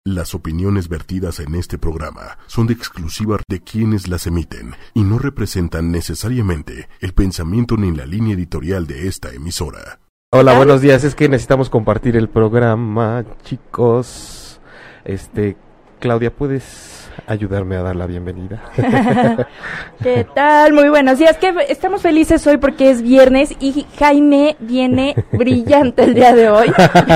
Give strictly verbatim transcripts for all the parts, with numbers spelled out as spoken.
Las opiniones vertidas en este programa son de exclusiva de quienes las emiten y no representan necesariamente el pensamiento ni la línea editorial de esta emisora. Hola, buenos días. Es que necesitamos compartir el programa, chicos. Este, Claudia, ¿puedes ayudarme a dar la bienvenida? ¿Qué tal? Muy buenos días. Que estamos felices hoy porque es viernes y Jaime viene brillante el día de hoy.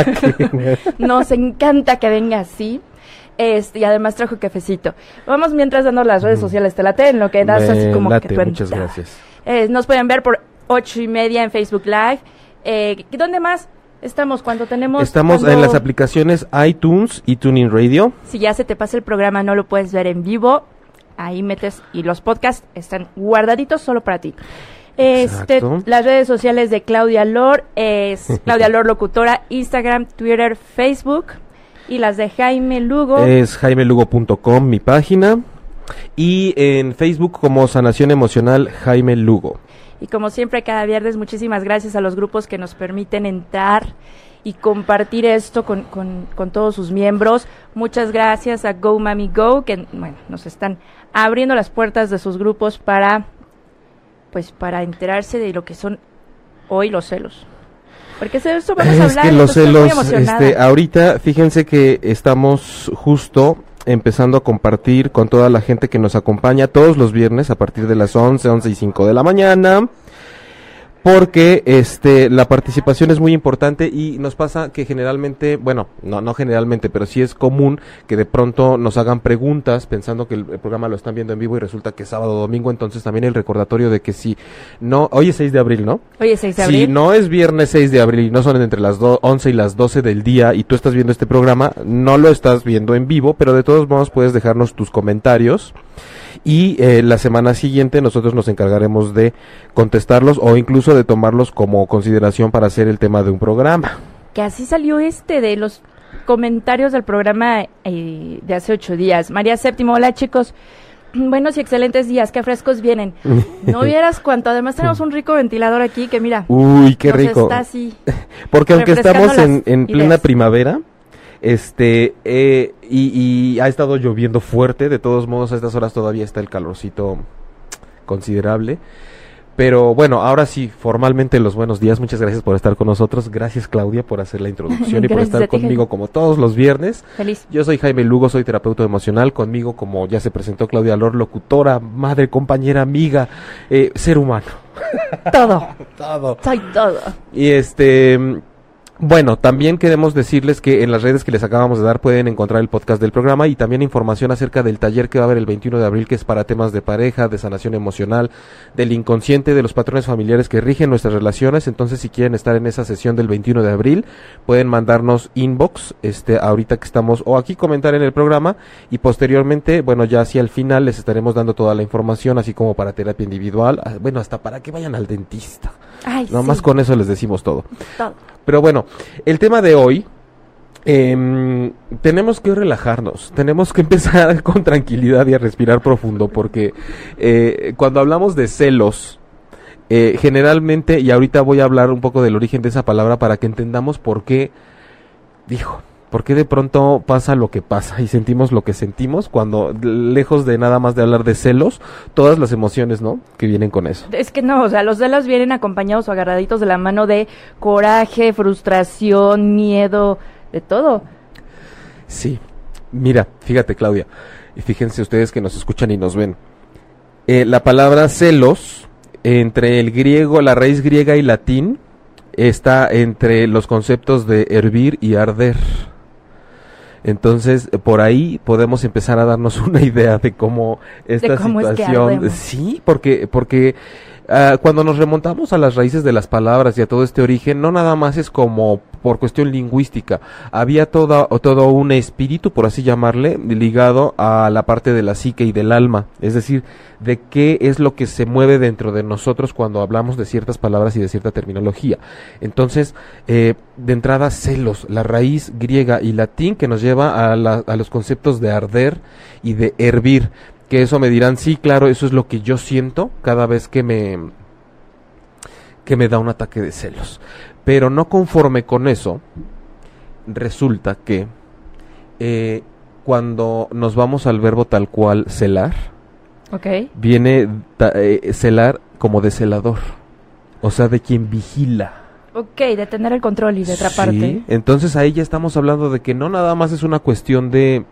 Nos encanta que venga así. Este, y además trajo cafecito. Vamos mientras dando las redes sociales. Te late en lo que das Me así como late, que tú muchas gracias. Eh, nos pueden ver por ocho y media en Facebook Live. Eh, ¿Dónde más estamos cuando tenemos? Estamos cuando... en las aplicaciones iTunes y TuneIn Radio. Si ya se te pasa el programa, no lo puedes ver en vivo. Ahí metes y los podcasts están guardaditos solo para ti. Este, las redes sociales de Claudia Lor es Claudia Lor Locutora, Instagram, Twitter, Facebook. Y las de Jaime Lugo es jaime lugo punto com, mi página. Y en Facebook como Sanación Emocional Jaime Lugo. Y como siempre, cada viernes, muchísimas gracias a los grupos que nos permiten entrar y compartir esto con, con, con todos sus miembros. Muchas gracias a Go Mami Go, que bueno, nos están abriendo las puertas de sus grupos para, pues, para enterarse de lo que son hoy los celos. Porque de eso vamos a hablar. Es que los celos, este, ahorita, fíjense que estamos justo empezando a compartir con toda la gente que nos acompaña todos los viernes a partir de las once, once y cinco de la mañana, porque este la participación es muy importante y nos pasa que generalmente, bueno, no no generalmente, pero sí es común que de pronto nos hagan preguntas pensando que el, el programa lo están viendo en vivo y resulta que es sábado o domingo, entonces también el recordatorio de que si no, hoy es seis de abril, ¿no? Hoy es seis de abril. Si no es viernes seis de abril y no son entre las do, once y las doce del día y tú estás viendo este programa, no lo estás viendo en vivo, pero de todos modos puedes dejarnos tus comentarios. Y eh, la semana siguiente nosotros nos encargaremos de contestarlos o incluso de tomarlos como consideración para hacer el tema de un programa. Que así salió este de los comentarios del programa eh, de hace ocho días. María Séptimo, hola chicos, buenos y excelentes días, qué frescos vienen. No vieras cuánto, además tenemos un rico ventilador aquí que mira. Uy, qué nos rico. Está así porque aunque estamos en, en plena primavera, Este, eh, y, y ha estado lloviendo fuerte, de todos modos a estas horas todavía está el calorcito considerable, pero bueno, ahora sí, formalmente los buenos días, muchas gracias por estar con nosotros, gracias Claudia por hacer la introducción y por estar ti, conmigo Jaime. Como todos los viernes. Feliz. Yo soy Jaime Lugo, soy terapeuta emocional, conmigo como ya se presentó Claudia Lor, locutora, madre, compañera, amiga, eh, ser humano. Todo. todo. Soy todo. Y este... Bueno, también queremos decirles que en las redes que les acabamos de dar pueden encontrar el podcast del programa y también información acerca del taller que va a haber el veintiuno de abril, que es para temas de pareja, de sanación emocional, del inconsciente, de los patrones familiares que rigen nuestras relaciones. Entonces, si quieren estar en esa sesión del veintiuno de abril, pueden mandarnos inbox, este, ahorita que estamos, o aquí comentar en el programa, y posteriormente, bueno, ya hacia el final les estaremos dando toda la información, así como para terapia individual, bueno, hasta para que vayan al dentista. Ay, Nomás sí. Con eso les decimos todo. Todo. Pero bueno, el tema de hoy, eh, tenemos que relajarnos, tenemos que empezar con tranquilidad y a respirar profundo, porque eh, cuando hablamos de celos, eh, generalmente, y ahorita voy a hablar un poco del origen de esa palabra para que entendamos por qué, dijo, por qué de pronto pasa lo que pasa y sentimos lo que sentimos cuando, lejos de nada más de hablar de celos, todas las emociones, ¿no?, que vienen con eso. Es que no, o sea, los celos vienen acompañados o agarraditos de la mano de coraje, frustración, miedo, de todo. Sí, mira, fíjate Claudia, y fíjense ustedes que nos escuchan y nos ven, eh, la palabra celos, entre el griego, la raíz griega y latín, está entre los conceptos de hervir y arder. Entonces, por ahí podemos empezar a darnos una idea de cómo esta de cómo situación, es que sí, porque porque uh, cuando nos remontamos a las raíces de las palabras y a todo este origen, no nada más es como por cuestión lingüística, había toda, todo un espíritu, por así llamarle, ligado a la parte de la psique y del alma, es decir, de qué es lo que se mueve dentro de nosotros cuando hablamos de ciertas palabras y de cierta terminología. Entonces, eh, de entrada, celos, la raíz griega y latín que nos lleva a, la, a los conceptos de arder y de hervir, que eso me dirán, sí, claro, eso es lo que yo siento cada vez que me, que me da un ataque de celos. Pero no conforme con eso, resulta que eh, cuando nos vamos al verbo tal cual celar, okay, viene ta, eh, celar como de celador, o sea, de quien vigila. Ok, de tener el control y de atraparte. Sí, entonces ahí ya estamos hablando de que no nada más es una cuestión de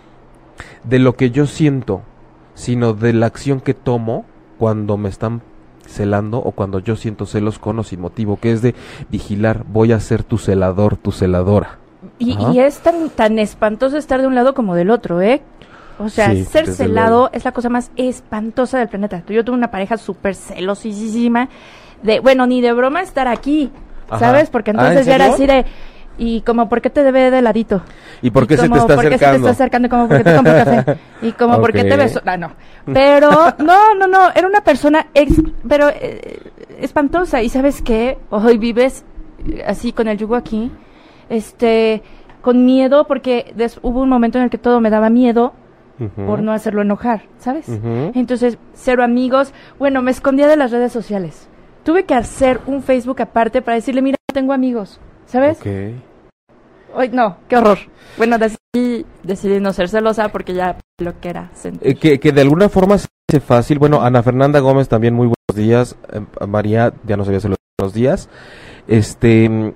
de lo que yo siento, sino de la acción que tomo cuando me están celando o cuando yo siento celos con o sin motivo, que es de vigilar, voy a ser tu celador, tu celadora. Y, y es tan, tan espantoso estar de un lado como del otro, ¿eh? O sea, sí, ser celado luego. Es la cosa más espantosa del planeta. Yo tuve una pareja súper celosísima, de, bueno, ni de broma estar aquí, ajá, ¿sabes? Porque entonces ¿Ah, ya era así de, y como, ¿por qué te ve de ladito? ¿Y por qué y se como, te está ¿por acercando? ¿Por qué se te está acercando? Como, ¿por qué te compro café? Y como, okay. ¿por qué te beso? Ah, no. Pero, no, no, no, era una persona, ex, pero eh, espantosa. ¿Y sabes qué? Hoy vives así con el yugo aquí, este, con miedo, porque des, hubo un momento en el que todo me daba miedo, uh-huh, por no hacerlo enojar, ¿sabes? Uh-huh. Entonces, cero amigos. Bueno, me escondía de las redes sociales. Tuve que hacer un Facebook aparte para decirle, mira, no tengo amigos, ¿sabes? Okay. Hoy no, qué horror. Bueno, decidí, decidí no ser celosa porque ya lo que era eh, que, que de alguna forma se hace fácil. Bueno, Ana Fernanda Gómez también, muy buenos días. Eh, María, ya no sabía hacer los buenos días. Este,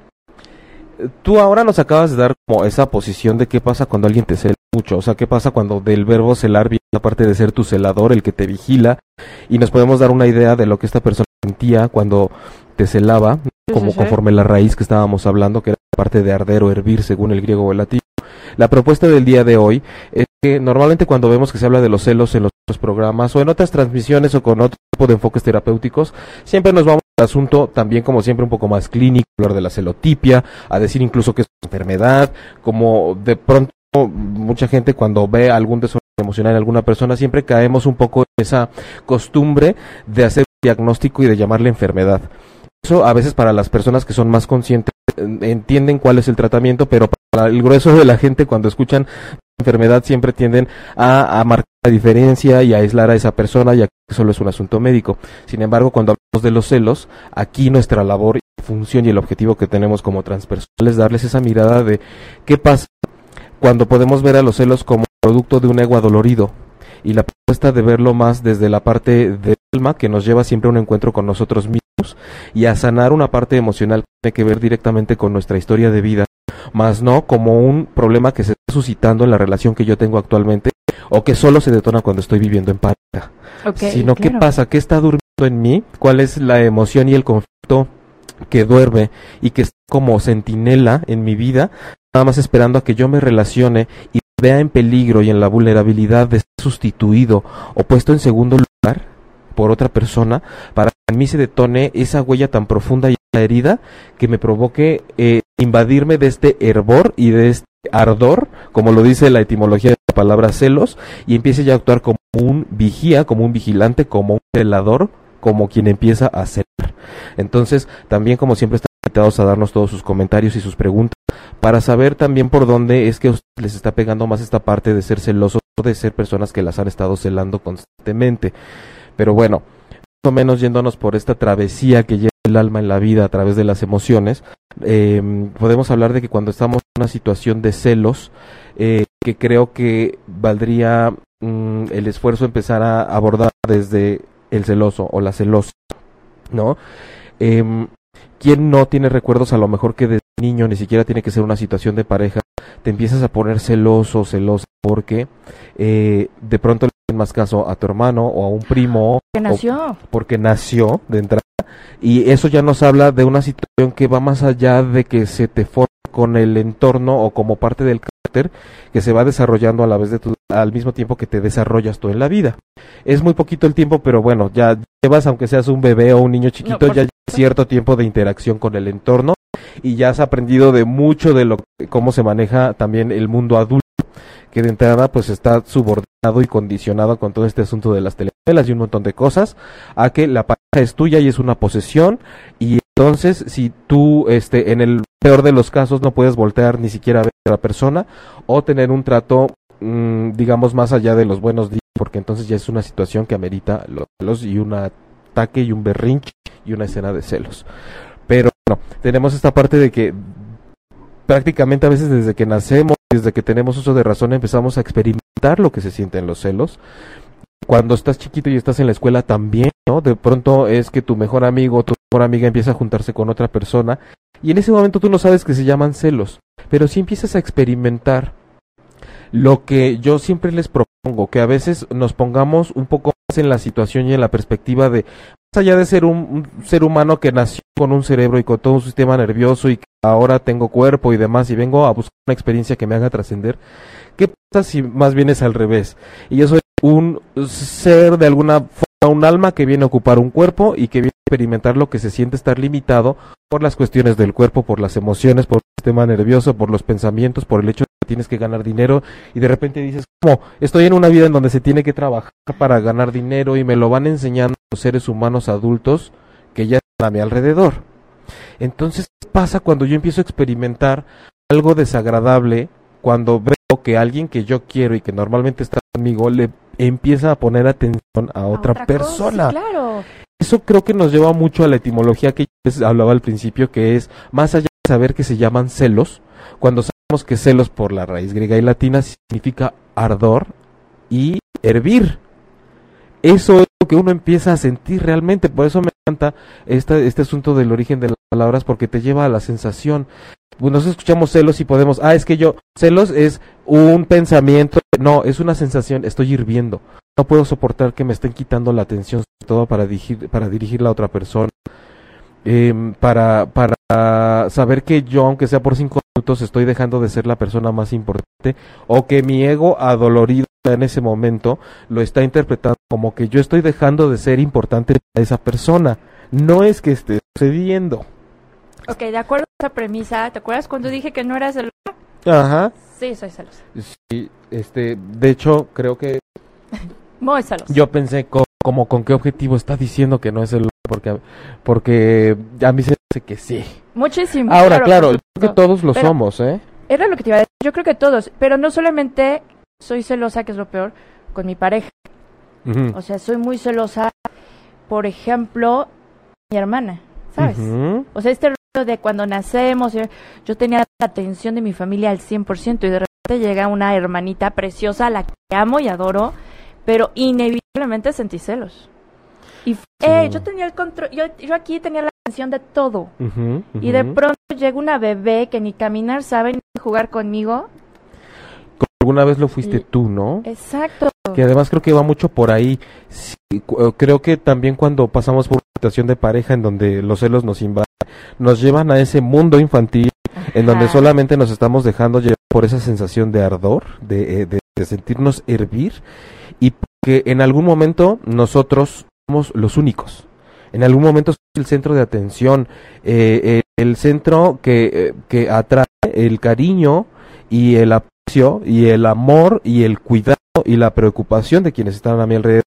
tú ahora nos acabas de dar como esa posición de qué pasa cuando alguien te cela mucho. O sea, qué pasa cuando del verbo celar viene la parte de ser tu celador, el que te vigila. Y nos podemos dar una idea de lo que esta persona sentía cuando te celaba, sí, como sí, conforme sí. La raíz que estábamos hablando, que era la parte de arder o hervir según el griego o el latino. La propuesta del día de hoy es que normalmente cuando vemos que se habla de los celos en los otros programas o en otras transmisiones o con otro tipo de enfoques terapéuticos, siempre nos vamos al asunto también como siempre un poco más clínico, hablar de la celotipia, a decir incluso que es una enfermedad, como de pronto mucha gente cuando ve algún desorden emocional en alguna persona, siempre caemos un poco en esa costumbre de hacer un diagnóstico y de llamarle enfermedad. Eso a veces para las personas que son más conscientes entienden cuál es el tratamiento, pero para el grueso de la gente cuando escuchan enfermedad siempre tienden a, a marcar la diferencia y a aislar a esa persona, ya que solo es un asunto médico. Sin embargo, cuando hablamos de los celos, aquí nuestra labor y función y el objetivo que tenemos como transpersonales es darles esa mirada de qué pasa cuando podemos ver a los celos como producto de un ego adolorido, y la propuesta de verlo más desde la parte del alma que nos lleva siempre a un encuentro con nosotros mismos y a sanar una parte emocional que tiene que ver directamente con nuestra historia de vida, más no como un problema que se está suscitando en la relación que yo tengo actualmente o que solo se detona cuando estoy viviendo en pareja, okay, sino claro. ¿Qué pasa? ¿Qué está durmiendo en mí? ¿Cuál es la emoción y el conflicto que duerme y que está como centinela en mi vida, nada más esperando a que yo me relacione y vea en peligro y en la vulnerabilidad de ser sustituido o puesto en segundo lugar por otra persona para que en mí se detone esa huella tan profunda y la herida que me provoque eh, invadirme de este hervor y de este ardor, como lo dice la etimología de la palabra celos, y empiece ya a actuar como un vigía, como un vigilante, como un celador, como quien empieza a celar. Entonces, también como siempre están invitados a darnos todos sus comentarios y sus preguntas para saber también por dónde es que a ustedes les está pegando más esta parte de ser celosos o de ser personas que las han estado celando constantemente. Pero bueno, más o menos yéndonos por esta travesía que lleva el alma en la vida a través de las emociones, eh, podemos hablar de que cuando estamos en una situación de celos, eh, que creo que valdría mm, el esfuerzo empezar a abordar desde el celoso o la celosa, ¿no? Eh, ¿Quién no tiene recuerdos a lo mejor que desde niño, ni siquiera tiene que ser una situación de pareja, te empiezas a poner celoso, celosa, porque eh, de pronto le hacen más caso a tu hermano o a un primo? Porque nació. Porque nació de entrada. Y eso ya nos habla de una situación que va más allá de que se te forma con el entorno o como parte del carácter que se va desarrollando a la vez de tu, al mismo tiempo que te desarrollas tú en la vida. Es muy poquito el tiempo, pero bueno, ya llevas, aunque seas un bebé o un niño chiquito, no, ya llevas cierto tiempo de interacción con el entorno y ya has aprendido de mucho de lo cómo se maneja también el mundo adulto, que de entrada pues está subordinado y condicionado con todo este asunto de las telenovelas y un montón de cosas, a que la pareja es tuya y es una posesión, y entonces si tú este en el peor de los casos no puedes voltear ni siquiera a ver a la persona o tener un trato mmm, digamos más allá de los buenos días, porque entonces ya es una situación que amerita los celos y un ataque y un berrinche y una escena de celos. Pero bueno, tenemos esta parte de que prácticamente a veces desde que nacemos desde que tenemos uso de razón empezamos a experimentar lo que se siente en los celos. Cuando estás chiquito y estás en la escuela también, ¿no? De pronto es que tu mejor amigo o tu mejor amiga empieza a juntarse con otra persona y en ese momento tú no sabes que se llaman celos, pero sí empiezas a experimentar lo que yo siempre les propongo, que a veces nos pongamos un poco más en la situación y en la perspectiva de, más allá de ser un, un ser humano que nació con un cerebro y con todo un sistema nervioso y que ahora tengo cuerpo y demás y vengo a buscar una experiencia que me haga trascender, ¿qué pasa si más bien es al revés? Y yo soy un ser de alguna forma, un alma que viene a ocupar un cuerpo y que viene a experimentar lo que se siente estar limitado por las cuestiones del cuerpo, por las emociones, por el sistema nervioso, por los pensamientos, por el hecho de que tienes que ganar dinero y de repente dices, como estoy en una vida en donde se tiene que trabajar para ganar dinero y me lo van enseñando los seres humanos adultos que ya están a mi alrededor. Entonces, ¿qué pasa cuando yo empiezo a experimentar algo desagradable cuando veo que alguien que yo quiero y que normalmente está conmigo le empieza a poner atención a otra, a otra persona? Cosa, claro. Eso creo que nos lleva mucho a la etimología que yo les hablaba al principio, que es más allá de saber que se llaman celos, cuando sabemos que celos por la raíz griega y latina significa ardor y hervir. Eso es lo que uno empieza a sentir realmente, por eso me encanta este, este asunto del origen de las palabras, porque te lleva a la sensación. Nosotros escuchamos celos y podemos, ah, es que yo, celos es un pensamiento, no, es una sensación, estoy hirviendo, no puedo soportar que me estén quitando la atención, sobre todo para dirigir, para dirigirla a otra persona, eh, para, para saber que yo, aunque sea por cinco minutos, estoy dejando de ser la persona más importante, o que mi ego adolorido en ese momento lo está interpretando como que yo estoy dejando de ser importante para esa persona, no es que esté sucediendo. Ok, de acuerdo a esa premisa, ¿te acuerdas cuando dije que no eras celosa? Ajá. Sí, soy celosa. Sí, este, de hecho, creo que muy celosa. Yo pensé co- como con qué objetivo está diciendo que no es celosa, porque porque a mí se me hace que sí. Muchísimo. Ahora, claro, claro creo que todos lo pero somos, ¿eh? Era lo que te iba a decir, yo creo que todos, pero no solamente soy celosa, que es lo peor, con mi pareja. Uh-huh. O sea, soy muy celosa, por ejemplo, mi hermana, ¿sabes? Uh-huh. O sea, este rollo de cuando nacemos, yo, yo tenía la atención de mi familia al cien por ciento y de repente llega una hermanita preciosa a la que amo y adoro, pero inevitablemente sentí celos. Y sí. eh, yo tenía el control, yo, yo aquí tenía la atención de todo. Uh-huh, uh-huh. Y de pronto llega una bebé que ni caminar sabe ni jugar conmigo. Alguna vez lo fuiste y... tú, ¿no? Exacto. Que además creo que va mucho por ahí. Sí, cu- creo que también cuando pasamos por una situación de pareja en donde los celos nos invaden, nos llevan a ese mundo infantil. Ajá. En donde solamente nos estamos dejando llevar por esa sensación de ardor, de, de, de sentirnos hervir, y que en algún momento nosotros somos los únicos. En algún momento somos el centro de atención, eh, eh, el centro que, eh, que atrae el cariño y el aprecio y el amor y el cuidado y la preocupación de quienes están a mi alrededor.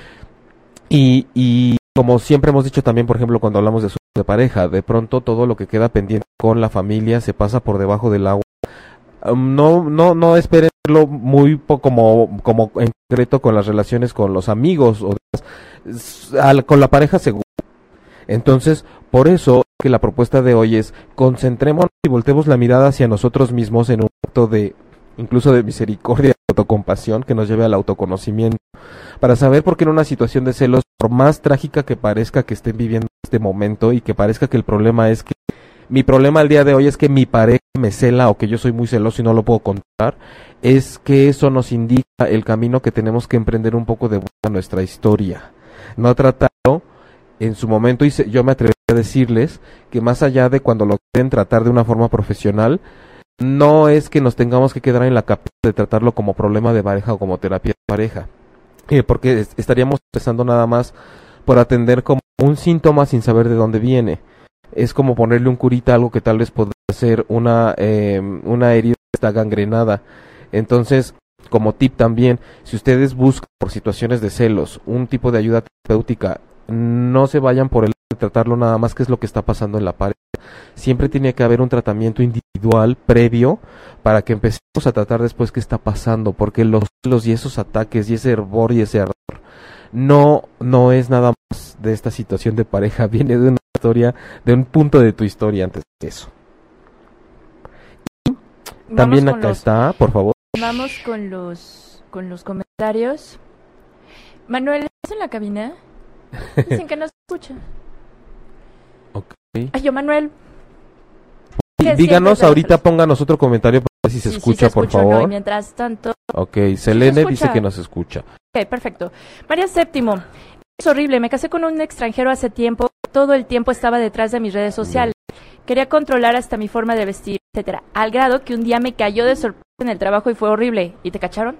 Y, y como siempre hemos dicho también, por ejemplo, cuando hablamos de asuntos de pareja, de pronto todo lo que queda pendiente con la familia se pasa por debajo del agua. Um, no, no, no espérenlo muy po- como, como en concreto con las relaciones con los amigos o demás, al, con la pareja seguro. Entonces, por eso que la propuesta de hoy es concentrémonos y voltemos la mirada hacia nosotros mismos en un acto de, incluso de misericordia, de autocompasión que nos lleve al autoconocimiento, para saber por qué en una situación de celos, por más trágica que parezca que estén viviendo este momento y que parezca que el problema es que mi problema al día de hoy es que mi pareja me cela o que yo soy muy celoso y no lo puedo controlar, es que eso nos indica el camino que tenemos que emprender un poco de vuelta a nuestra historia. No tratarlo en su momento, y se, yo me atrevería a decirles que más allá de cuando lo quieren tratar de una forma profesional, no es que nos tengamos que quedar en la capilla de tratarlo como problema de pareja o como terapia de pareja, eh, porque es, estaríamos empezando nada más por atender como un síntoma sin saber de dónde viene. Es como ponerle un curita a algo que tal vez podría ser una, eh, una herida que está gangrenada. Entonces, como tip también, si ustedes buscan por situaciones de celos un tipo de ayuda terapéutica, no se vayan por el de tratarlo nada más que es lo que está pasando en la pareja. Siempre tiene que haber un tratamiento individual previo para que empecemos a tratar después qué está pasando, porque los celos y esos ataques y ese hervor y ese ardor no, no es nada más de esta situación de pareja, viene de una historia, de un punto de tu historia antes de eso. Y Vamos También con acá los- está, por favor. Vamos con los con los comentarios. Manuel, ¿estás en la cabina? Dicen que no se escucha. Ok. Ay, yo, Manuel. Y ¿Qué díganos sientes de ahorita, los- pongan otro comentario para ver si se Sí, sí escucha, por escucha o no, favor. y mientras tanto, Ok, Selene escucha. dice que nos escucha. ok, perfecto. María Séptimo, es horrible, me casé con un extranjero hace tiempo, todo el tiempo estaba detrás de mis redes sociales. Quería controlar hasta mi forma de vestir, etcétera, al grado que un día me cayó de sorpresa en el trabajo y fue horrible. ¿Y te cacharon?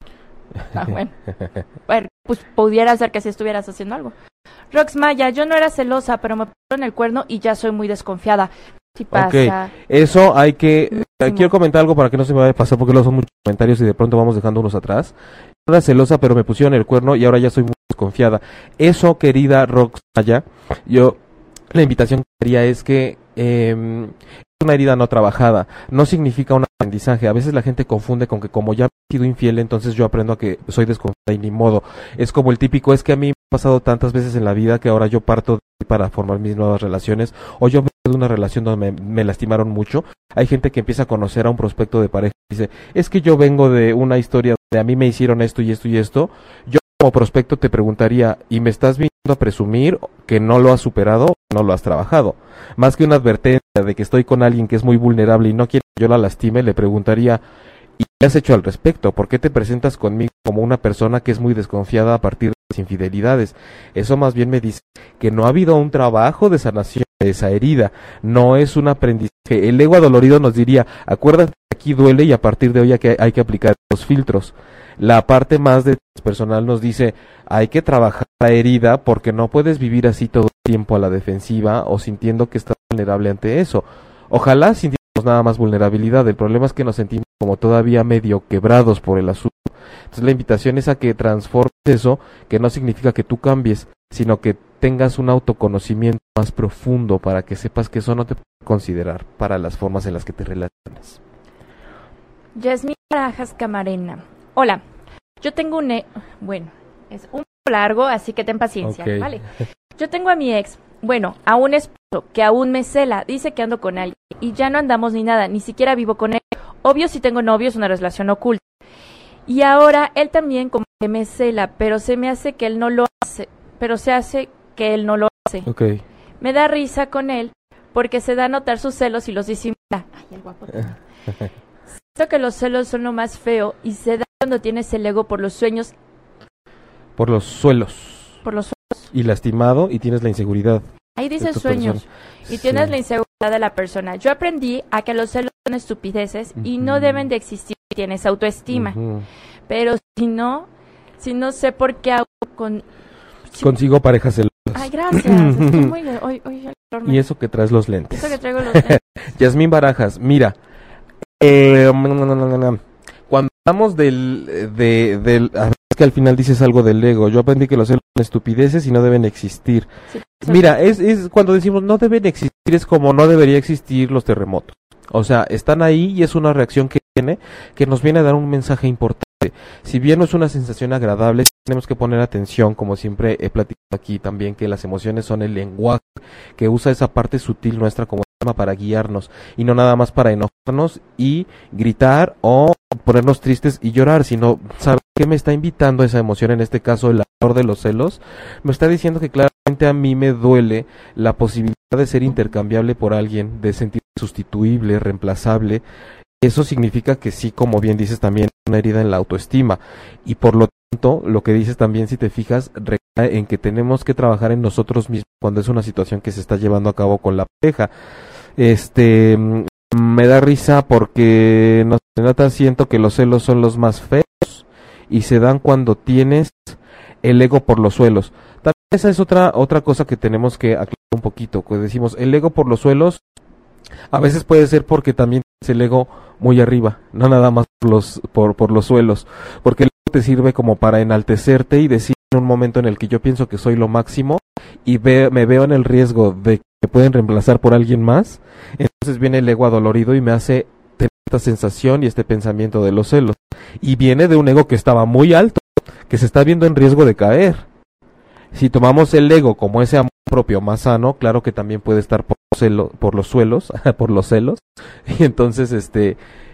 Ah, bueno. Bueno, pues pudiera ser que si estuvieras haciendo algo. Rox Maya, yo no era celosa, pero me pusieron el cuerno y ya soy muy desconfiada. Si pasa. Ok, eso hay que... eh, Máximo. quiero comentar algo para que no se me vaya a pasar porque luego son muchos comentarios y de pronto vamos dejando unos atrás. Era celosa, pero me pusieron el cuerno y ahora ya soy muy desconfiada. Eso, querida Roxaya, yo... La invitación que haría es que eh, es una herida no trabajada, no significa un aprendizaje. A veces la gente confunde con que como ya he sido infiel, entonces yo aprendo a que soy desconfiada y ni modo. Es como el típico, es que a mí me ha pasado tantas veces en la vida que ahora yo parto de ahí para formar mis nuevas relaciones, o yo vengo de una relación donde me, me lastimaron mucho. Hay gente que empieza a conocer a un prospecto de pareja y dice, es que yo vengo de una historia donde a mí me hicieron esto y esto y esto. Yo como prospecto te preguntaría, ¿y me estás viniendo a presumir que no lo has superado o no lo has trabajado? Más que una advertencia de que estoy con alguien que es muy vulnerable y no quiere que yo la lastime, le preguntaría, ¿y qué has hecho al respecto? ¿Por qué te presentas conmigo como una persona que es muy desconfiada a partir de las infidelidades? Eso más bien me dice que no ha habido un trabajo de sanación de esa herida, no es un aprendizaje. El ego adolorido nos diría, acuérdate que aquí duele y a partir de hoy hay que, hay que aplicar los filtros. La parte más de personal nos dice, hay que trabajar la herida porque no puedes vivir así todo el tiempo a la defensiva o sintiendo que estás vulnerable ante eso. Ojalá sintiéramos nada más vulnerabilidad, el problema es que nos sentimos como todavía medio quebrados por el asunto. Entonces la invitación es a que transformes eso, que no significa que tú cambies, sino que tengas un autoconocimiento más profundo para que sepas que eso no te puede considerar para las formas en las que te relacionas. Yasmín Barajas Camarena. Hola, yo tengo un... E bueno, es un poco largo, así que ten paciencia, Ok. ¿vale? Yo tengo a mi ex, bueno, a un esposo que aún me cela, dice que ando con alguien y ya no andamos ni nada, ni siquiera vivo con él. Obvio, si tengo novio es una relación oculta. Y ahora él también como que me cela, pero se me hace que él no lo hace, pero se hace que él no lo hace. Ok. Me da risa con él porque se da a notar sus celos y los disimula. Ay, el guapo. Siento que los celos son lo más feo y se da cuando tienes el ego por los sueños, Por los suelos. por los sueños. Y lastimado y tienes la inseguridad. Ahí dice de tu sueños persona. y tienes Sí. la inseguridad de la persona. Yo aprendí a que los celos son estupideces y no Ujú. deben de existir si tienes autoestima. Ujú. Pero si no, si no sé por qué hago con... si- Consigo parejas celosas. Ay, gracias. Estoy muy... Hoy, hoy, el dolor me- Y eso que traes los lentes. Eso que traigo los lentes. Yasmín Barajas, mira, eh, cuando hablamos del, de, del, a ver, es que al final dices algo del ego, yo aprendí que los celos son estupideces y no deben existir. Sí, eso- Mira, es, es cuando decimos no deben existir, es como no debería existir los terremotos. O sea, están ahí y es una reacción que tiene, que nos viene a dar un mensaje importante. Si bien no es una sensación agradable, tenemos que poner atención, como siempre he platicado aquí también, que las emociones son el lenguaje, que usa esa parte sutil nuestra como arma para guiarnos, y no nada más para enojarnos y gritar o ponernos tristes y llorar, sino saber qué me está invitando esa emoción, en este caso el ardor de los celos, me está diciendo que claramente a mí me duele la posibilidad de ser intercambiable por alguien, de sentir sustituible, reemplazable. Eso significa que sí, como bien dices, también una herida en la autoestima, y por lo tanto, lo que dices también, si te fijas, recae en que tenemos que trabajar en nosotros mismos cuando es una situación que se está llevando a cabo con la pareja. Este, mm, me da risa porque, no sé, nota, siento que los celos son los más feos y se dan cuando tienes el ego por los suelos. También esa es otra otra cosa que tenemos que aclarar un poquito, que decimos, el ego por los suelos, a veces puede ser porque también tienes el ego muy arriba, no nada más por los, por, por los suelos, porque el ego te sirve como para enaltecerte y decir en un momento en el que yo pienso que soy lo máximo y ve, me veo en el riesgo de que me pueden reemplazar por alguien más, entonces viene el ego adolorido y me hace tener esta sensación y este pensamiento de los celos, y viene de un ego que estaba muy alto, que se está viendo en riesgo de caer. Si tomamos el ego como ese amor propio más sano, claro que también puede estar por, celo, por los suelos, por los celos, y entonces este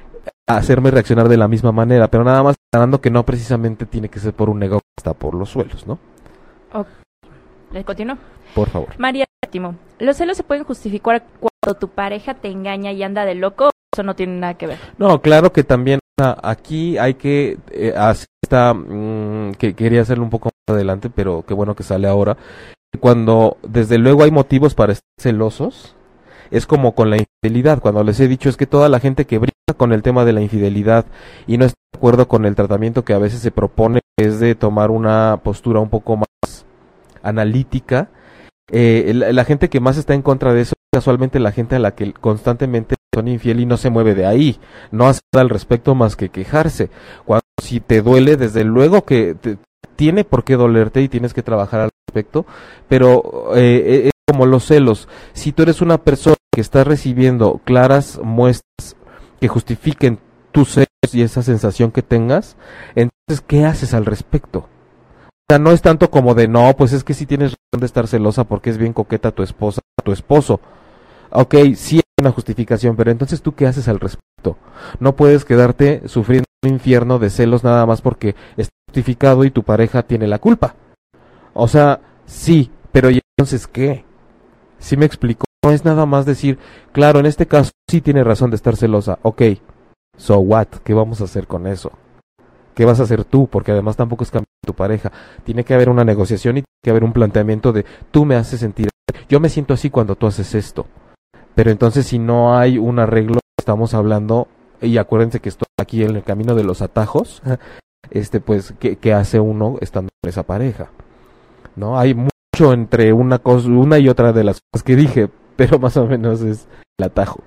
hacerme reaccionar de la misma manera, pero nada más aclarando que no precisamente tiene que ser por un ego que está por los suelos, ¿no? Ok. ¿Le continúo? Por favor. María Séptimo, ¿los celos se pueden justificar cuando tu pareja te engaña y anda de loco? Eso no tiene nada que ver. No, claro que también o sea, aquí hay que eh, hacer esta, mmm, que quería hacerlo un poco más adelante, pero qué bueno que sale ahora. Cuando desde luego hay motivos para estar celosos, es como con la infidelidad. Cuando les he dicho es que toda la gente que brinca con el tema de la infidelidad y no está de acuerdo con el tratamiento que a veces se propone, es de tomar una postura un poco más analítica, eh, la, la gente que más está en contra de eso es casualmente la gente a la que constantemente son infiel y no se mueve de ahí, no hace nada al respecto más que quejarse. Cuando si te duele, desde luego que te, tiene por qué dolerte y tienes que trabajar al respecto, pero eh, es como los celos. Si tú eres una persona que está recibiendo claras muestras que justifiquen tus celos y esa sensación que tengas, entonces ¿qué haces al respecto? O sea, no es tanto como de no, pues es que sí tienes razón de estar celosa porque es bien coqueta tu esposa, tu esposo. Ok, sí hay una justificación, pero entonces ¿tú qué haces al respecto? No puedes quedarte sufriendo un infierno de celos nada más porque está justificado y tu pareja tiene la culpa. O sea, sí, pero ¿y entonces qué? ¿Sí me explico? No es nada más decir, claro, en este caso sí tiene razón de estar celosa. Ok, so what? ¿Qué vamos a hacer con eso? ¿Qué vas a hacer tú? Porque además tampoco es cambiar tu pareja. Tiene que haber una negociación y tiene que haber un planteamiento de tú me haces sentir, yo me siento así cuando tú haces esto. Pero entonces si no hay un arreglo, estamos hablando, y acuérdense que estoy aquí en el camino de los atajos, este pues, ¿qué, qué hace uno estando en esa pareja? ¿No? Hay mucho entre una cosa, una y otra de las cosas que dije, pero más o menos es el atajo.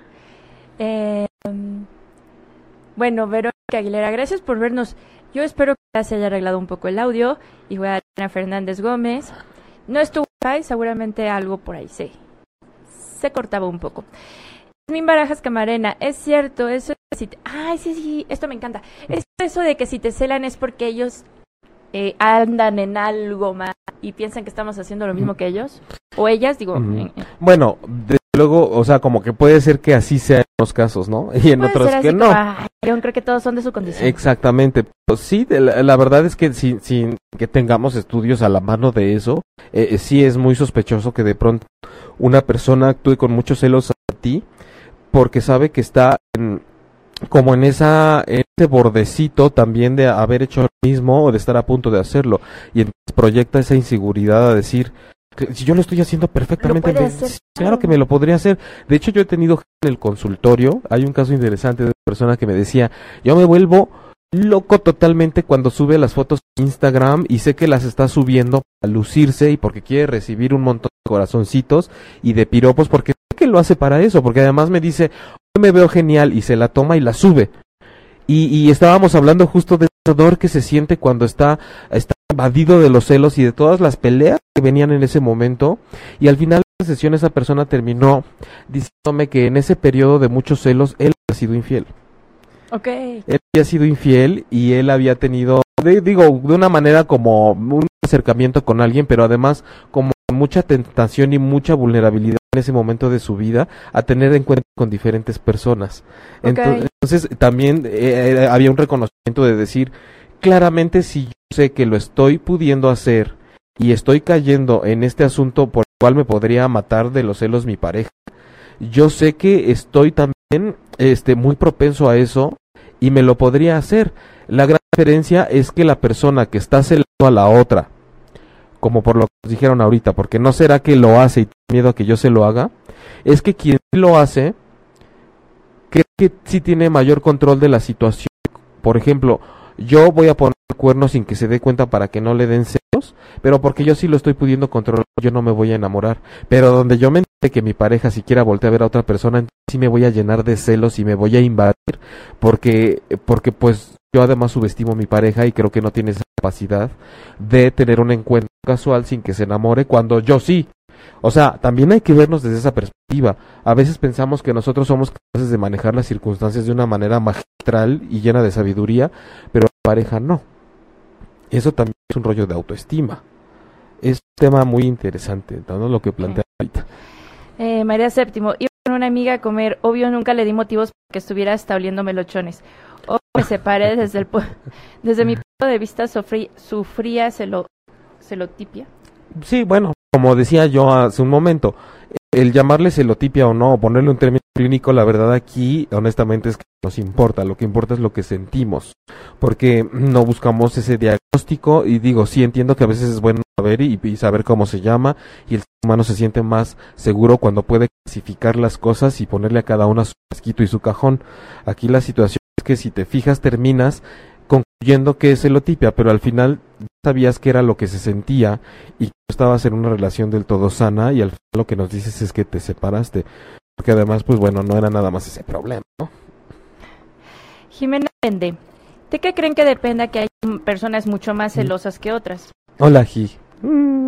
Eh, bueno, Verónica Aguilera, gracias por vernos. Yo espero que ya se haya arreglado un poco el audio. Igual a Ana Fernández Gómez. No es tu wifi, seguramente algo por ahí se, se cortaba un poco. Min Barajas Camarena, es cierto, eso de si te, ay, sí, sí, esto me encanta. Es eso de que si te celan es porque ellos eh, andan en algo más y piensan que estamos haciendo lo mismo que ellos. O ellas, digo. Mm. En, en. Bueno, desde luego, o sea, como que puede ser que así sea en unos casos, ¿no? Y en puede otros ser que así no. Como, ay, yo creo que todos son de su condición. Exactamente. Pues sí, la, la verdad es que sin, sin que tengamos estudios a la mano de eso, eh, eh, sí es muy sospechoso que de pronto una persona actúe con muchos celos a ti porque sabe que está en, como en esa en ese bordecito también de haber hecho lo mismo o de estar a punto de hacerlo y entonces proyecta esa inseguridad a decir si yo lo estoy haciendo perfectamente bien, sí, claro que me lo podría hacer. De hecho yo he tenido en el consultorio, hay un caso interesante de una persona que me decía, yo me vuelvo loco totalmente cuando sube las fotos a Instagram y sé que las está subiendo para lucirse y porque quiere recibir un montón de corazoncitos y de piropos porque sé que lo hace para eso, porque además me dice, yo me veo genial y se la toma y la sube. Y, y estábamos hablando justo de ese dolor que se siente cuando está, está invadido de los celos y de todas las peleas que venían en ese momento y al final de la sesión esa persona terminó diciéndome que en ese periodo de muchos celos él ha sido infiel. Okay. Él había sido infiel y él había tenido, de, digo, de una manera como un acercamiento con alguien, pero además como mucha tentación y mucha vulnerabilidad en ese momento de su vida a tener en cuenta con diferentes personas. Okay. Entonces, entonces también eh, había un reconocimiento de decir, claramente si yo sé que lo estoy pudiendo hacer y estoy cayendo en este asunto por el cual me podría matar de los celos mi pareja, yo sé que estoy también este muy propenso a eso y me lo podría hacer. La gran diferencia es que la persona que está celando a la otra, como por lo que nos dijeron ahorita, porque no será que lo hace y tiene miedo a que yo se lo haga, es que quien lo hace, creo que sí tiene mayor control de la situación. Por ejemplo, yo voy a poner el cuerno sin que se dé cuenta para que no le den celos, pero porque yo sí lo estoy pudiendo controlar, yo no me voy a enamorar. Pero donde yo me entere que mi pareja siquiera voltea a ver a otra persona, entonces sí me voy a llenar de celos y me voy a invadir, porque, porque pues yo además subestimo a mi pareja y creo que no tiene esa capacidad de tener un encuentro casual sin que se enamore, cuando yo sí. O sea, también hay que vernos desde esa perspectiva. A veces pensamos que nosotros somos capaces de manejar las circunstancias de una manera magistral y llena de sabiduría, pero la pareja no. Eso también es un rollo de autoestima. Es un tema muy interesante, ¿no? Lo que plantea ahorita. Eh, María Séptimo, iba con una amiga a comer. Obvio, nunca le di motivos para que estuviera hasta oliendo melochones. Obvio, me separé desde el pu- desde mi punto de vista, sufrí, sufría celo, celotipia. Sí, bueno, como decía yo hace un momento, el llamarle celotipia o no, o ponerle un término clínico, la verdad aquí, honestamente, es que nos importa. Lo que importa es lo que sentimos, porque no buscamos ese diagnóstico. Y digo, sí entiendo que a veces es bueno saber y, y saber cómo se llama, y el ser humano se siente más seguro cuando puede clasificar las cosas y ponerle a cada una su casquito y su cajón. Aquí la situación es que si te fijas terminas concluyendo que es celotipia, pero al final sabías que era lo que se sentía y que estabas en una relación del todo sana, y al final lo que nos dices es que te separaste, porque además, pues bueno, no era nada más ese problema, ¿no? Jimena Pende, ¿de qué creen que dependa que hay personas mucho más celosas que otras? Hola, Ji. Mm,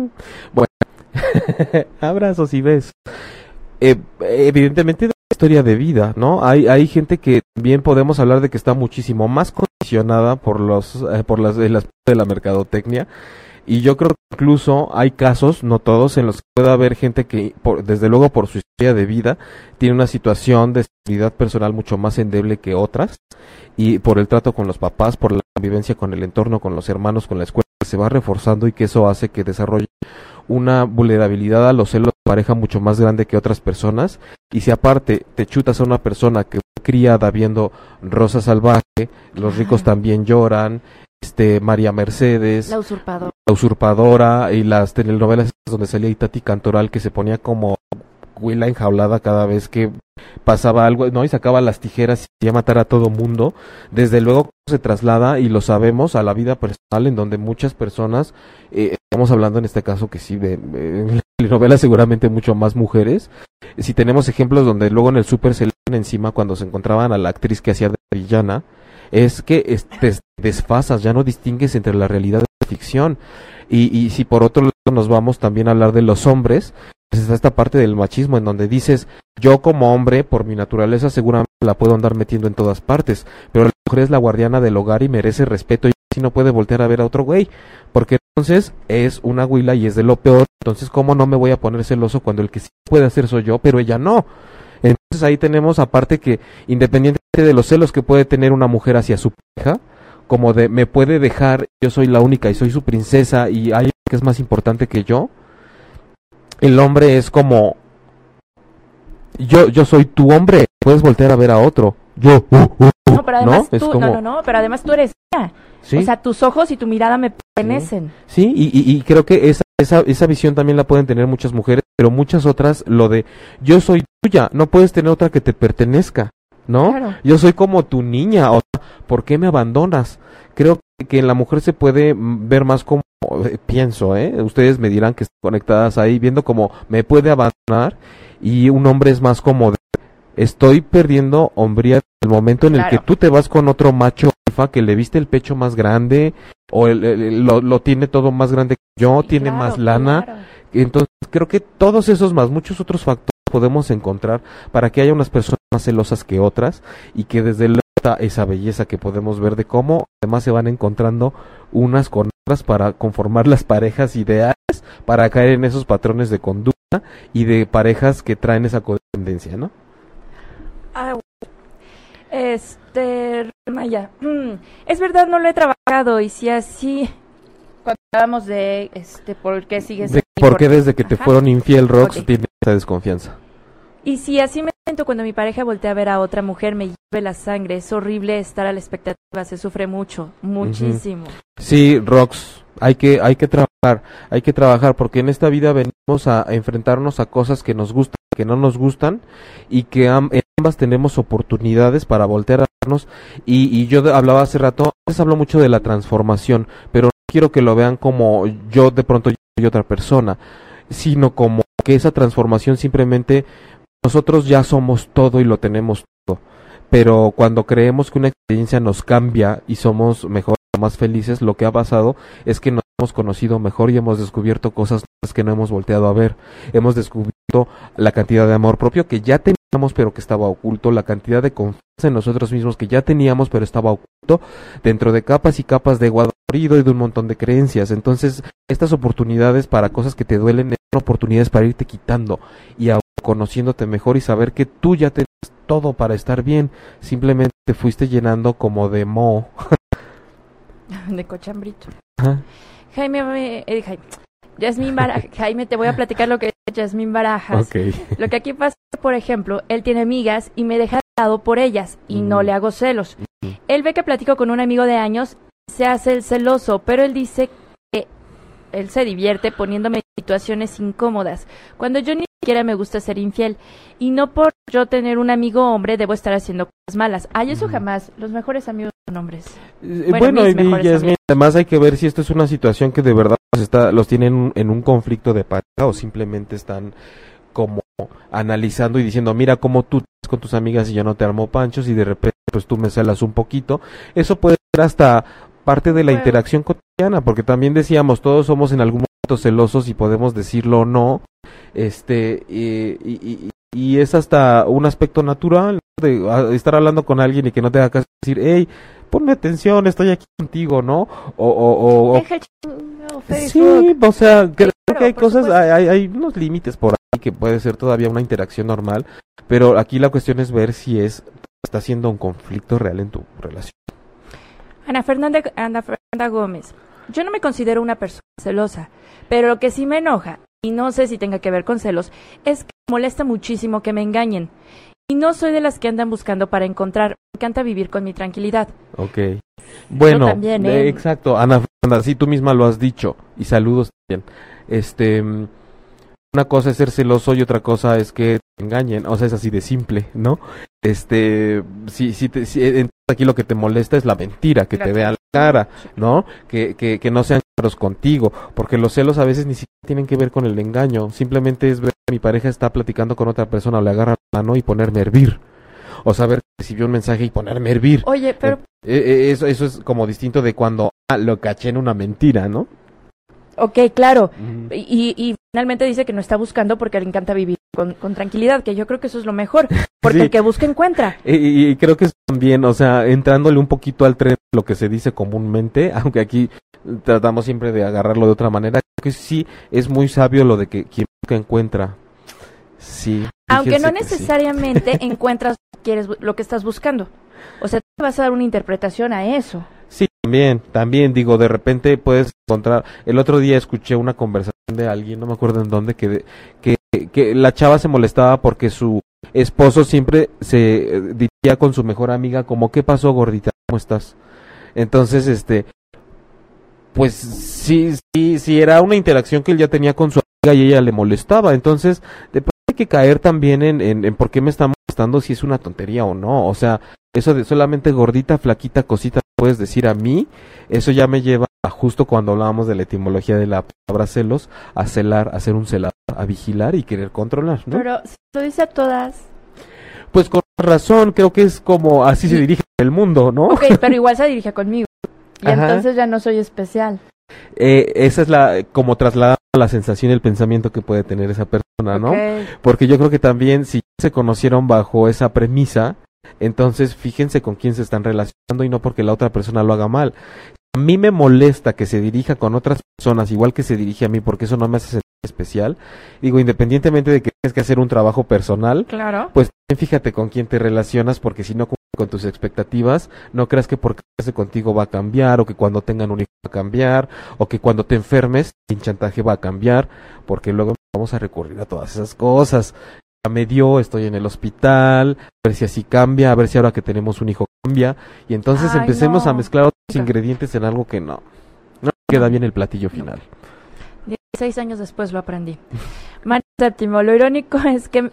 bueno, abrazos y besos. Eh, evidentemente de la historia de vida, ¿no? Hay hay gente que bien podemos hablar de que está muchísimo más condicionada por los eh, por las el aspecto de la mercadotecnia, y yo creo que incluso hay casos, no todos, en los que puede haber gente que por, desde luego por su historia de vida tiene una situación de estabilidad personal mucho más endeble que otras, y por el trato con los papás, por la convivencia con el entorno, con los hermanos, con la escuela, se va reforzando, y que eso hace que desarrolle una vulnerabilidad a los celos de pareja mucho más grande que otras personas. Y si aparte te chutas a una persona que fue criada viendo Rosa Salvaje, Los ricos también lloran, este María Mercedes, La usurpadora, La usurpadora, y las telenovelas donde salía Itati Cantoral, que se ponía como huila enjaulada cada vez que pasaba algo, ¿no? Y sacaba las tijeras y quería matar a todo mundo. Desde luego se traslada, y lo sabemos, a la vida personal, en donde muchas personas, eh, estamos hablando en este caso que sí, de, de telenovelas seguramente mucho más mujeres. Si tenemos ejemplos donde luego en el súper se le dan encima cuando se encontraban a la actriz que hacía de villana, es que este, desfasas, ya no distingues entre la realidad y la ficción. Y, y si por otro lado nos vamos también a hablar de los hombres, pues está esta parte del machismo en donde dices, yo como hombre, por mi naturaleza, seguramente la puedo andar metiendo en todas partes, pero la mujer es la guardiana del hogar y merece respeto, y si no puede voltear a ver a otro güey, porque entonces es una huila y es de lo peor. Entonces, ¿cómo no me voy a poner celoso cuando el que sí puede hacer soy yo, pero ella no? Entonces ahí tenemos, aparte, que independientemente de los celos que puede tener una mujer hacia su pareja, como de me puede dejar, yo soy la única y soy su princesa y hay alguien que es más importante que yo, el hombre es como yo yo soy tu hombre, puedes voltear a ver a otro, yo uh, uh, uh, no, pero además ¿no? tú, como... no, no, no, pero además tú eres mía. ¿Sí? O sea, tus ojos y tu mirada me pertenecen. Sí, y, y, y creo que esa, esa, esa visión también la pueden tener muchas mujeres, pero muchas otras, lo de yo soy tuya, no puedes tener otra que te pertenezca, ¿no? Claro. Yo soy como tu niña, o ¿por qué me abandonas? Creo que en la mujer se puede ver más como, eh, pienso, ¿eh? Ustedes me dirán que están conectadas ahí, viendo como me puede abandonar, y un hombre es más como de, estoy perdiendo hombría en el momento en el Claro. que tú te vas con otro macho alfa que le viste el pecho más grande, o el, el, el, lo, lo tiene todo más grande que yo, Sí, tiene claro, más lana. claro. Entonces creo que todos esos más, muchos otros factores podemos encontrar para que haya unas personas más celosas que otras, y que desde luego está esa belleza que podemos ver de cómo además se van encontrando unas con otras para conformar las parejas ideales, para caer en esos patrones de conducta y de parejas que traen esa codependencia, ¿no? Ah, este, Maya, mm, es verdad, no lo he trabajado, y si así, cuando hablábamos de, este, ¿por qué sigues De, aquí? ¿Por qué desde que te Ajá. fueron infiel, Rox, Ok. tienes esa desconfianza? Y si así me siento cuando mi pareja voltea a ver a otra mujer, me hierve la sangre, es horrible estar a la expectativa, se sufre mucho, muchísimo. Sí, Rox, hay que, hay que trabajar, hay que trabajar, porque en esta vida venimos a, a enfrentarnos a cosas que nos gustan, que no nos gustan, y que am, en ambas tenemos oportunidades para voltear a vernos, y, y yo de- hablaba hace rato, les hablo mucho de la transformación, pero no quiero que lo vean como yo de pronto soy otra persona, sino como que esa transformación simplemente, nosotros ya somos todo y lo tenemos todo, pero cuando creemos que una experiencia nos cambia y somos mejor, más felices, lo que ha pasado es que nos hemos conocido mejor y hemos descubierto cosas que no hemos volteado a ver. Hemos descubierto la cantidad de amor propio que ya teníamos pero que estaba oculto, la cantidad de confianza en nosotros mismos que ya teníamos pero estaba oculto, dentro de capas y capas de guadorido y de un montón de creencias. Entonces, estas oportunidades para cosas que te duelen son oportunidades para irte quitando, y ahora conociéndote mejor y saber que tú ya tenías todo para estar bien, simplemente te fuiste llenando como de moho. De cochambrito. Ajá. Jaime, eh, Jaime, Yasmín Barajas, Jaime, te voy a platicar lo que es Yasmín Barajas. Okay. Lo que aquí pasa, por ejemplo, él tiene amigas y me deja de lado por ellas y mm. no le hago celos. Mm. Él ve que platico con un amigo de años, se hace el celoso, pero él dice que él se divierte poniéndome en situaciones incómodas, cuando yo ni siquiera me gusta ser infiel. Y no por yo tener un amigo hombre debo estar haciendo cosas malas. Ay, eso mm. jamás. Los mejores amigos son hombres. Eh, bueno, bueno y Yasmín, además hay que ver si esto es una situación que de verdad los, está, los tienen en un conflicto de pareja o simplemente están como analizando y diciendo, mira cómo tú estás con tus amigas y yo no te armo panchos y de repente pues tú me celas un poquito. Eso puede ser hasta parte de la bueno. interacción cotidiana, porque también decíamos, todos somos en algún momento celosos y podemos decirlo o no, este, y, y, y, y es hasta un aspecto natural de estar hablando con alguien y que no te haga caso decir, hey, ponme atención, estoy aquí contigo, ¿no? O, o, o, Deja el chingo, sí, o sea, creo que hay cosas, hay, hay unos límites por ahí que puede ser todavía una interacción normal, pero aquí la cuestión es ver si es, está siendo un conflicto real en tu relación. Ana Fernanda, Ana Fernanda Gómez, yo no me considero una persona celosa, pero lo que sí me enoja, y no sé si tenga que ver con celos, es que me molesta muchísimo que me engañen. Y no soy de las que andan buscando para encontrar, me encanta vivir con mi tranquilidad. Ok. Bueno, también, ¿eh? eh, exacto, Ana Fernanda, sí, tú misma lo has dicho, y saludos también. Este, una cosa es ser celoso y otra cosa es que te engañen, o sea, es así de simple, ¿no? Este, si, si, te, si entonces aquí lo que te molesta es la mentira, que te vean la cara, ¿no? Que, que, que no sean claros contigo, porque los celos a veces ni siquiera tienen que ver con el engaño, simplemente es ver que mi pareja está platicando con otra persona, o le agarra la mano y ponerme a hervir, o saber que recibió un mensaje y ponerme a hervir. Oye, pero... Eh, eh, eso, eso es como distinto de cuando ah, lo caché en una mentira, ¿no? Ok, claro, uh-huh. y, y finalmente dice que no está buscando porque le encanta vivir con, con tranquilidad, que yo creo que eso es lo mejor, porque sí. El que busca encuentra. Y, y creo que es también, o sea, entrándole un poquito al tren, lo que se dice comúnmente, aunque aquí tratamos siempre de agarrarlo de otra manera, creo que sí es muy sabio lo de que quien busca encuentra. Sí. Aunque no necesariamente sí. encuentras lo que, quieres, lo que estás buscando, o sea, te vas a dar una interpretación a eso. Sí, también, también, digo, de repente puedes encontrar, el otro día escuché una conversación de alguien, no me acuerdo en dónde, que, que, que la chava se molestaba porque su esposo siempre se dirigía con su mejor amiga como, ¿qué pasó, gordita? ¿Cómo estás? Entonces, este, pues sí, sí, sí, era una interacción que él ya tenía con su amiga y ella le molestaba, entonces, de pronto hay que caer también en, en, en por qué me está molestando, si es una tontería o no, o sea, eso de solamente gordita, flaquita, cosita, puedes decir a mí, eso ya me lleva a justo cuando hablábamos de la etimología de la palabra celos, a celar, a ser un celador, a vigilar y querer controlar, ¿no? Pero si lo dice a todas. Pues con razón, creo que es como así sí. Se dirige el mundo, ¿no? Ok, pero igual se dirige conmigo. Y Ajá. Entonces ya no soy especial. Eh, esa es la, como trasladar la sensación y el pensamiento que puede tener esa persona, ¿no? Okay. Porque yo creo que también si se conocieron bajo esa premisa, entonces fíjense con quién se están relacionando y no porque la otra persona lo haga mal. A mí me molesta que se dirija con otras personas igual que se dirige a mí, porque eso no me hace sentir especial. Digo, independientemente de que tienes que hacer un trabajo personal, claro. Pues fíjate con quién te relacionas, porque si no cumple con tus expectativas, no creas que porque hace contigo va a cambiar, o que cuando tengan un hijo va a cambiar, o que cuando te enfermes, sin chantaje va a cambiar, porque luego vamos a recurrir a todas esas cosas. Me dio, estoy en el hospital, a ver si así cambia, a ver si ahora que tenemos un hijo cambia, y entonces Ay, empecemos no. a mezclar otros ingredientes en algo que no, no queda bien el platillo final. dieciséis años después lo aprendí. Mario Séptimo, lo irónico es que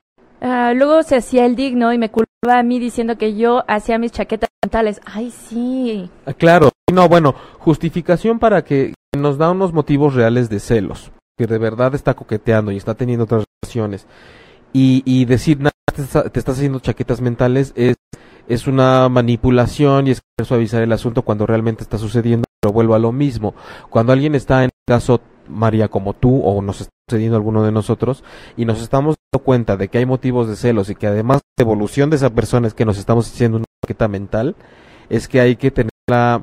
uh, luego se hacía el digno y me culpaba a mí diciendo que yo hacía mis chaquetas mentales. Ay, sí. Ah, claro, no, bueno, justificación para que nos da unos motivos reales de celos, que de verdad está coqueteando y está teniendo otras relaciones. Y, y decir nada, te, está, te estás haciendo chaquetas mentales es, es una manipulación y es querer suavizar el asunto cuando realmente está sucediendo, pero vuelvo a lo mismo. Cuando alguien está, en el caso, María, como tú, o nos está sucediendo alguno de nosotros, y nos estamos dando cuenta de que hay motivos de celos y que además la evolución de esa persona es que nos estamos haciendo una chaqueta mental, es que hay que tener la,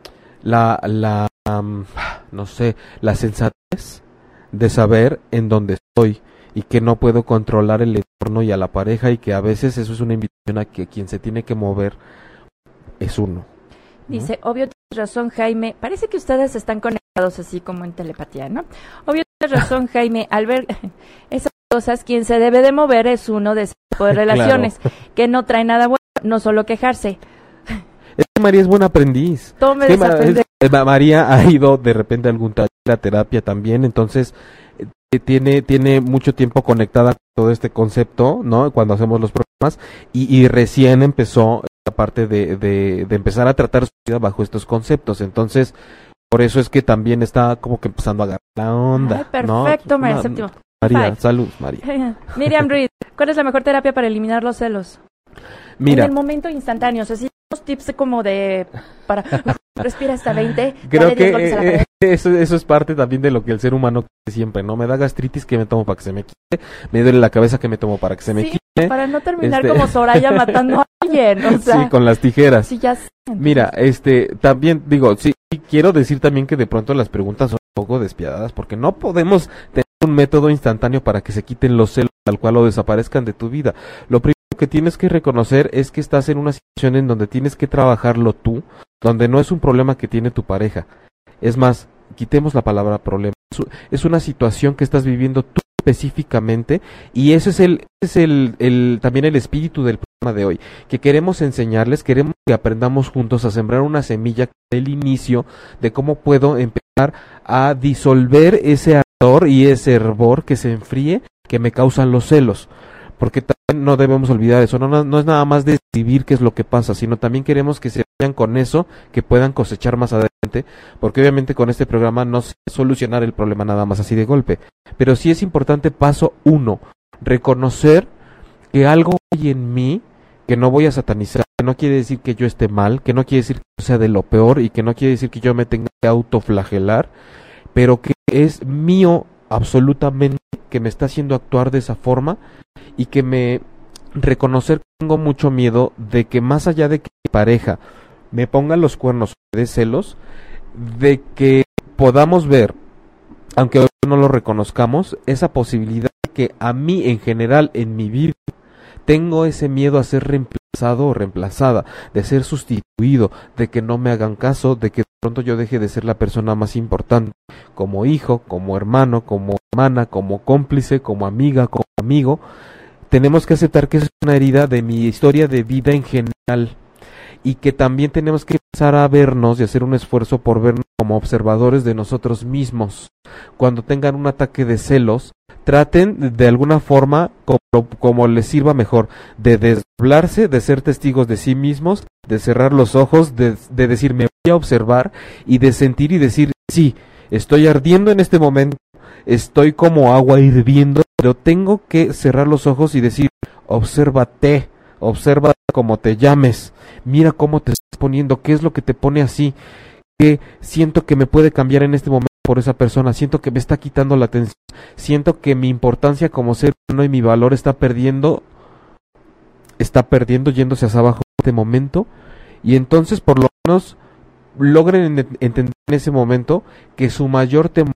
la, la um, no sé, la sensatez de saber en dónde estoy y que no puedo controlar el entorno y a la pareja, y que a veces eso es una invitación a que quien se tiene que mover es uno, ¿no? Dice, obvio tienes razón, Jaime. Parece que ustedes están conectados así como en telepatía, ¿no? Obvio tienes razón, Jaime. Al ver esas cosas, quien se debe de mover es uno de ese tipo de relaciones, claro, que no trae nada bueno, no solo quejarse. Es que María es buen aprendiz. Tome es que desaprender. Ma- María ha ido de repente a algún taller, a terapia también, entonces eh, tiene tiene mucho tiempo conectada con todo este concepto, ¿no? Cuando hacemos los programas, y, y recién empezó la parte de, de, de empezar a tratar su vida bajo estos conceptos. Entonces, por eso es que también está como que empezando a agarrar la onda. Ay, perfecto, ¿no? María Una, Séptimo. María, Five. salud, María. Miriam Ruiz, ¿cuál es la mejor terapia para eliminar los celos? Mira, En el momento instantáneo, o sea, sí, unos tips como de, para, respira hasta veinte, creo dale diez que golpes a la eh, pared. eso, eso es parte también de lo que el ser humano quiere siempre, ¿no? Me da gastritis, que me tomo para que se me quite, me duele la cabeza, que me tomo para que se me Sí, quite. para no terminar este... como Soraya matando a alguien, o sea. Sí, con las tijeras. Sí, ya sé. Mira, este, también digo, sí, quiero decir también que de pronto las preguntas son un poco despiadadas, porque no podemos tener un método instantáneo para que se quiten los celos tal cual o desaparezcan de tu vida. Lo primero que tienes que reconocer es que estás en una situación en donde tienes que trabajarlo tú, donde no es un problema que tiene tu pareja. Es más, quitemos la palabra problema. Es una situación que estás viviendo tú específicamente, y ese es el, ese es el, el también el espíritu del programa de hoy, que queremos enseñarles, queremos que aprendamos juntos a sembrar una semilla del inicio de cómo puedo empezar a disolver ese ardor y ese hervor que se enfríe, que me causan los celos. Porque también no debemos olvidar eso, no, no, no es nada más describir qué es lo que pasa, sino también queremos que se vayan con eso, que puedan cosechar más adelante, porque obviamente con este programa no se va a solucionar el problema nada más así de golpe, pero sí es importante, paso uno, reconocer que algo hay en mí que no voy a satanizar, que no quiere decir que yo esté mal, que no quiere decir que yo sea de lo peor, y que no quiere decir que yo me tenga que autoflagelar, pero que es mío absolutamente, que me está haciendo actuar de esa forma, y que me reconocer que tengo mucho miedo de que más allá de que mi pareja me ponga los cuernos de celos, de que podamos ver, aunque hoy no lo reconozcamos, esa posibilidad de que a mí en general en mi vida tengo ese miedo a ser reemplazado o reemplazada, de ser sustituido, de que no me hagan caso, de que de pronto yo deje de ser la persona más importante, como hijo, como hermano, como hermana, como cómplice, como amiga, como amigo. Tenemos que aceptar que es una herida de mi historia de vida en general, y que también tenemos que empezar a vernos y hacer un esfuerzo por vernos como observadores de nosotros mismos. Cuando tengan un ataque de celos, traten de alguna forma, como, como les sirva mejor, de desdoblarse, de ser testigos de sí mismos, de cerrar los ojos, de, de decir me voy a observar, y de sentir y decir sí, estoy ardiendo en este momento, estoy como agua hirviendo, pero tengo que cerrar los ojos y decir, obsérvate, observa cómo te llames, mira cómo te estás poniendo, qué es lo que te pone así, que siento que me puede cambiar en este momento por esa persona, siento que me está quitando la atención, siento que mi importancia como ser humano y mi valor está perdiendo, está perdiendo, yéndose hacia abajo en este momento, y entonces por lo menos logren ent- entender en ese momento que su mayor temor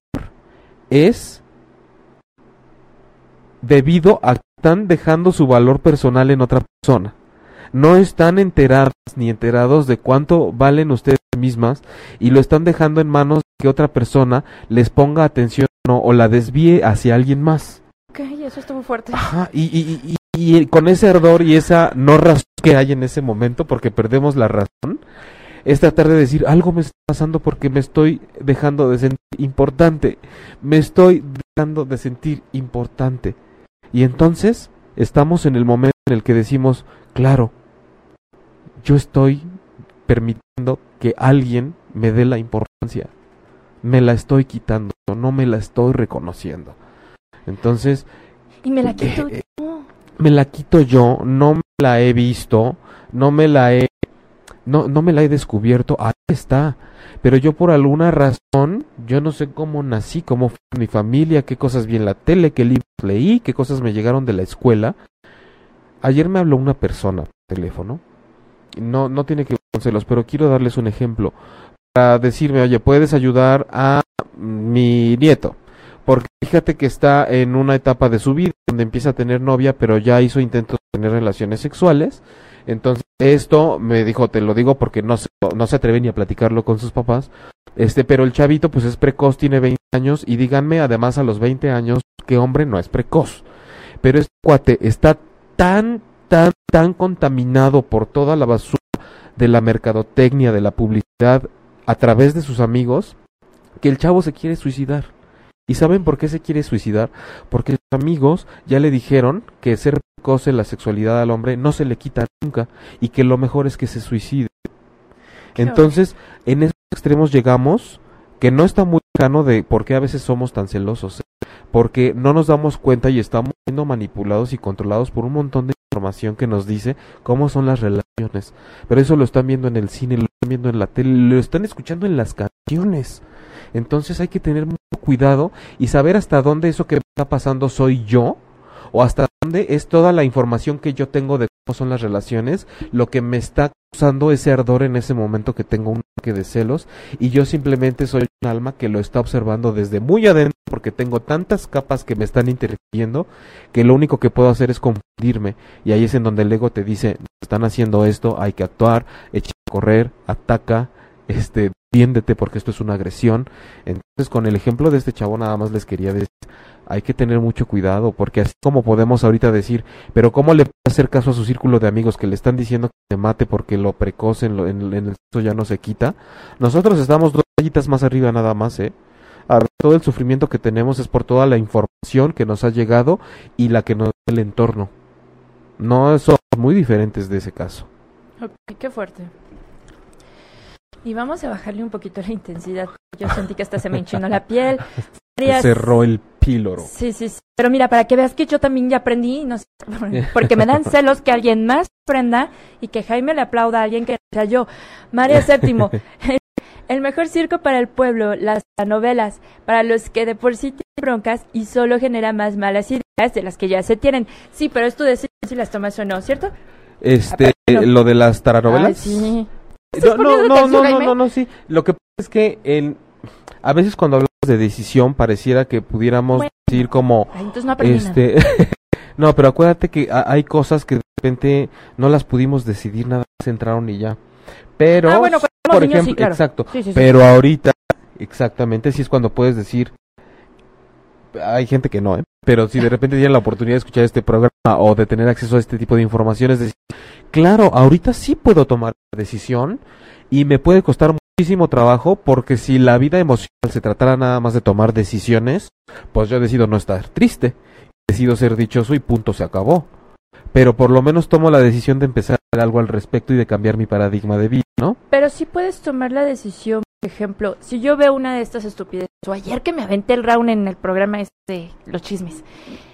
es debido a que están dejando su valor personal en otra persona. No están enteradas ni enterados de cuánto valen ustedes mismas, y lo están dejando en manos de que otra persona les ponga atención, no, o la desvíe hacia alguien más. Ok, eso está muy fuerte. Ajá, y, y, y, y con ese ardor y esa no razón que hay en ese momento, porque perdemos la razón, es tratar de decir, algo me está pasando porque me estoy dejando de sentir importante, me estoy dejando de sentir importante. Y entonces estamos en el momento en el que decimos, claro, yo estoy permitiendo que alguien me dé la importancia, me la estoy quitando, no me la estoy reconociendo. Entonces, y me la quito eh, yo. Me la quito yo, no me la he visto, no me la he No, no me la he descubierto, ahí está, pero yo por alguna razón, yo no sé cómo nací, cómo fue mi familia, qué cosas vi en la tele, qué libros leí, qué cosas me llegaron de la escuela. Ayer me habló una persona por teléfono, no, no tiene que ver con celos, pero quiero darles un ejemplo, para decirme, oye, ¿puedes ayudar a mi nieto? Porque fíjate que está en una etapa de su vida donde empieza a tener novia, pero ya hizo intentos de tener relaciones sexuales. Entonces, esto me dijo, te lo digo porque no se, no se atreve ni a platicarlo con sus papás. Este, pero el chavito pues es precoz, tiene veinte años, y díganme, además a los veinte años, ¿qué hombre no es precoz? Pero este cuate está tan, tan, tan contaminado por toda la basura de la mercadotecnia, de la publicidad, a través de sus amigos, que el chavo se quiere suicidar. ¿Y saben por qué se quiere suicidar? Porque sus amigos ya le dijeron que ser precoz en la sexualidad al hombre no se le quita nunca, y que lo mejor es que se suicide. Entonces, en esos extremos llegamos, que no está muy lejano de por qué a veces somos tan celosos, ¿eh? Porque no nos damos cuenta y estamos siendo manipulados y controlados por un montón de información que nos dice cómo son las relaciones. Pero eso lo están viendo en el cine, lo están viendo en la tele, lo están escuchando en las canciones. Entonces hay que tener mucho cuidado y saber hasta dónde eso que está pasando soy yo, o hasta dónde es toda la información que yo tengo de cómo son las relaciones, lo que me está causando ese ardor en ese momento que tengo un ataque de celos, y yo simplemente soy un alma que lo está observando desde muy adentro, porque tengo tantas capas que me están interfiriendo, que lo único que puedo hacer es confundirme, y ahí es en donde el ego te dice, están haciendo esto, hay que actuar, echa a correr, ataca, este, defiéndete porque esto es una agresión. Entonces, con el ejemplo de este chavo nada más les quería decir, hay que tener mucho cuidado, porque así como podemos ahorita decir, pero ¿cómo le puede hacer caso a su círculo de amigos que le están diciendo que se mate porque lo precoz en, lo, en, en el sexo ya no se quita? Nosotros estamos dos rayitas más arriba nada más, ¿eh? Ahora, todo el sufrimiento que tenemos es por toda la información que nos ha llegado y la que nos da el entorno. No somos muy diferentes de ese caso. Ok, qué fuerte. Y vamos a bajarle un poquito la intensidad. Yo sentí que hasta se me enchinó la piel. Se cerró el píloro. Sí, sí, sí. Pero mira, para que veas que yo también ya aprendí, no sé, porque me dan celos que alguien más aprenda y que Jaime le aplauda a alguien que no sea yo. María Séptimo, el mejor circo para el pueblo, las novelas, para los que de por sí tienen broncas y solo genera más malas ideas de las que ya se tienen. Sí, pero es tu decisión si las tomas o no, ¿cierto? Este, no. Lo de las taranovelas. Ay, sí. No, no, no, no, no, no, no, sí. Lo que pasa es que en, a veces cuando hablamos de decisión pareciera que pudiéramos bueno, decir como, ay, entonces no aprendí este, no, pero acuérdate que a, hay cosas que de repente no las pudimos decidir, nada más entraron y ya. Pero, ah, bueno, por niños, ejemplo, sí, claro. exacto. Sí, sí, sí. Pero ahorita, exactamente, sí es cuando puedes decir, hay gente que no, ¿eh? Pero si de repente tienen la oportunidad de escuchar este programa o de tener acceso a este tipo de información, es decir, claro, ahorita sí puedo tomar la decisión y me puede costar muchísimo trabajo, porque si la vida emocional se tratara nada más de tomar decisiones, pues yo decido no estar triste, decido ser dichoso y punto, se acabó. Pero por lo menos tomo la decisión de empezar a hacer algo al respecto y de cambiar mi paradigma de vida, ¿no? Pero sí puedes tomar la decisión, por ejemplo, si yo veo una de estas estupideces, o ayer que me aventé el round en el programa este de los chismes,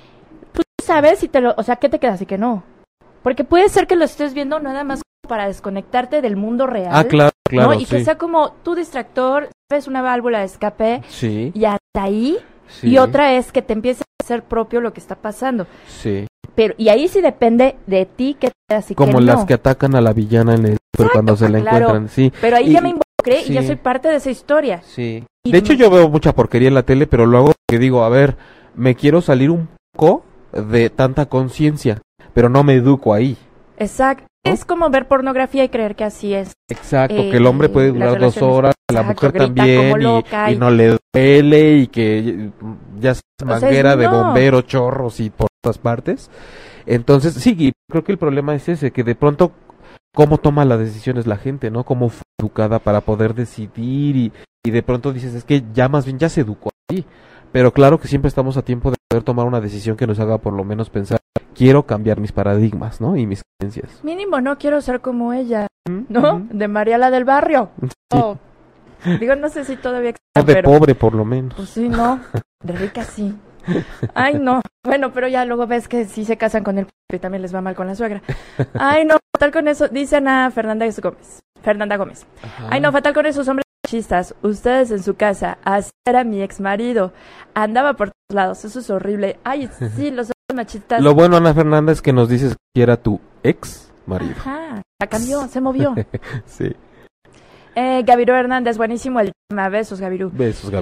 tú sabes si te lo, o sea, ¿qué te quedas y qué no? Porque puede ser que lo estés viendo nada más para desconectarte del mundo real. Ah, claro, claro, ¿no? Y sí. que sea como tu distractor, ves una válvula de escape, sí. Y hasta ahí, sí. Y otra es que te empiece a hacer propio lo que está pasando. Sí. Pero, y ahí sí depende de ti que te hagas y como que las no. que atacan a la villana en el Exacto, cuando se la claro. encuentran, sí. Pero ahí y, ya me involucré sí. y ya soy parte de esa historia. Sí. Y de hecho, yo veo mucha porquería en la tele, pero lo hago porque digo, a ver, me quiero salir un poco de tanta conciencia, pero no me educo ahí. Exacto. ¿No? Es como ver pornografía y creer que así es. Exacto, eh, que el hombre puede durar dos horas, la mujer también, y, y no le duele, y que ya es manguera o sea, no. de bomberos, chorros y por todas partes. Entonces, sí, creo que el problema es ese, que de pronto, cómo toma las decisiones la gente, ¿no? Cómo fue educada para poder decidir, y, y de pronto dices, es que ya más bien ya se educó ahí. Pero claro que siempre estamos a tiempo de poder tomar una decisión que nos haga por lo menos pensar, quiero cambiar mis paradigmas, ¿no? Y mis creencias. Mínimo no quiero ser como ella, ¿no? Mm-hmm. De María la del barrio. Sí. Oh. Digo, no sé si todavía existe, no de pero... pobre por lo menos. Pues sí, no. De rica sí. Ay, no. Bueno, pero ya luego ves que sí se casan con él y también les va mal con la suegra. Ay, no, fatal con eso. Dicen a Fernanda Gómez. Fernanda Gómez. Ajá. Ay, no, fatal con esos hombres machistas. Ustedes en su casa. Así era mi ex marido. Andaba por todos lados. Eso es horrible. Ay, sí, los hombres machistas. Lo bueno, Ana Fernanda, es que nos dices que era tu ex marido. Ajá. La cambió, se movió. Sí. Eh, Gavirú Hernández, buenísimo el tema. Besos, Gavirú. Besos, Gavirú.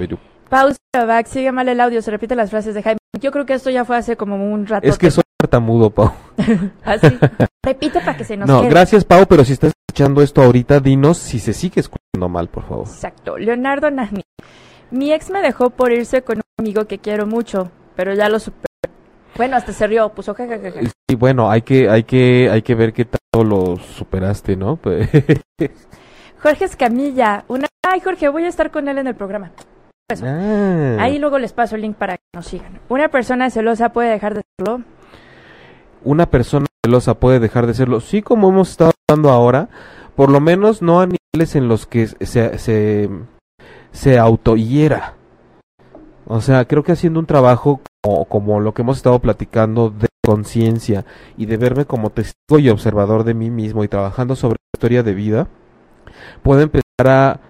Pausa, back, sigue mal el audio, se repiten las frases de Jaime. Yo creo que esto ya fue hace como un rato. Es que soy tartamudo, Pau. Así. Repite para que se nos No, quede. gracias, Pau, pero si estás escuchando esto ahorita, dinos si se sigue escuchando mal, por favor. Exacto. Leonardo Nani. Mi ex me dejó por irse con un amigo que quiero mucho, pero ya lo superé. Bueno, hasta se rió, puso jajajaja. Y bueno, hay que, hay que, hay que ver qué tanto lo superaste, ¿no? Jorge Escamilla. Una... Ay, Jorge, voy a estar con él en el programa. Eso. Ah. Ahí luego les paso el link para que nos sigan. ¿Una persona celosa puede dejar de serlo? Una persona celosa puede dejar de serlo. Sí, como hemos estado hablando ahora, por lo menos no a niveles en los que se, se, se autohiera. O sea, creo que haciendo un trabajo como, como lo que hemos estado platicando de conciencia y de verme como testigo y observador de mí mismo y trabajando sobre la historia de vida, puedo empezar a,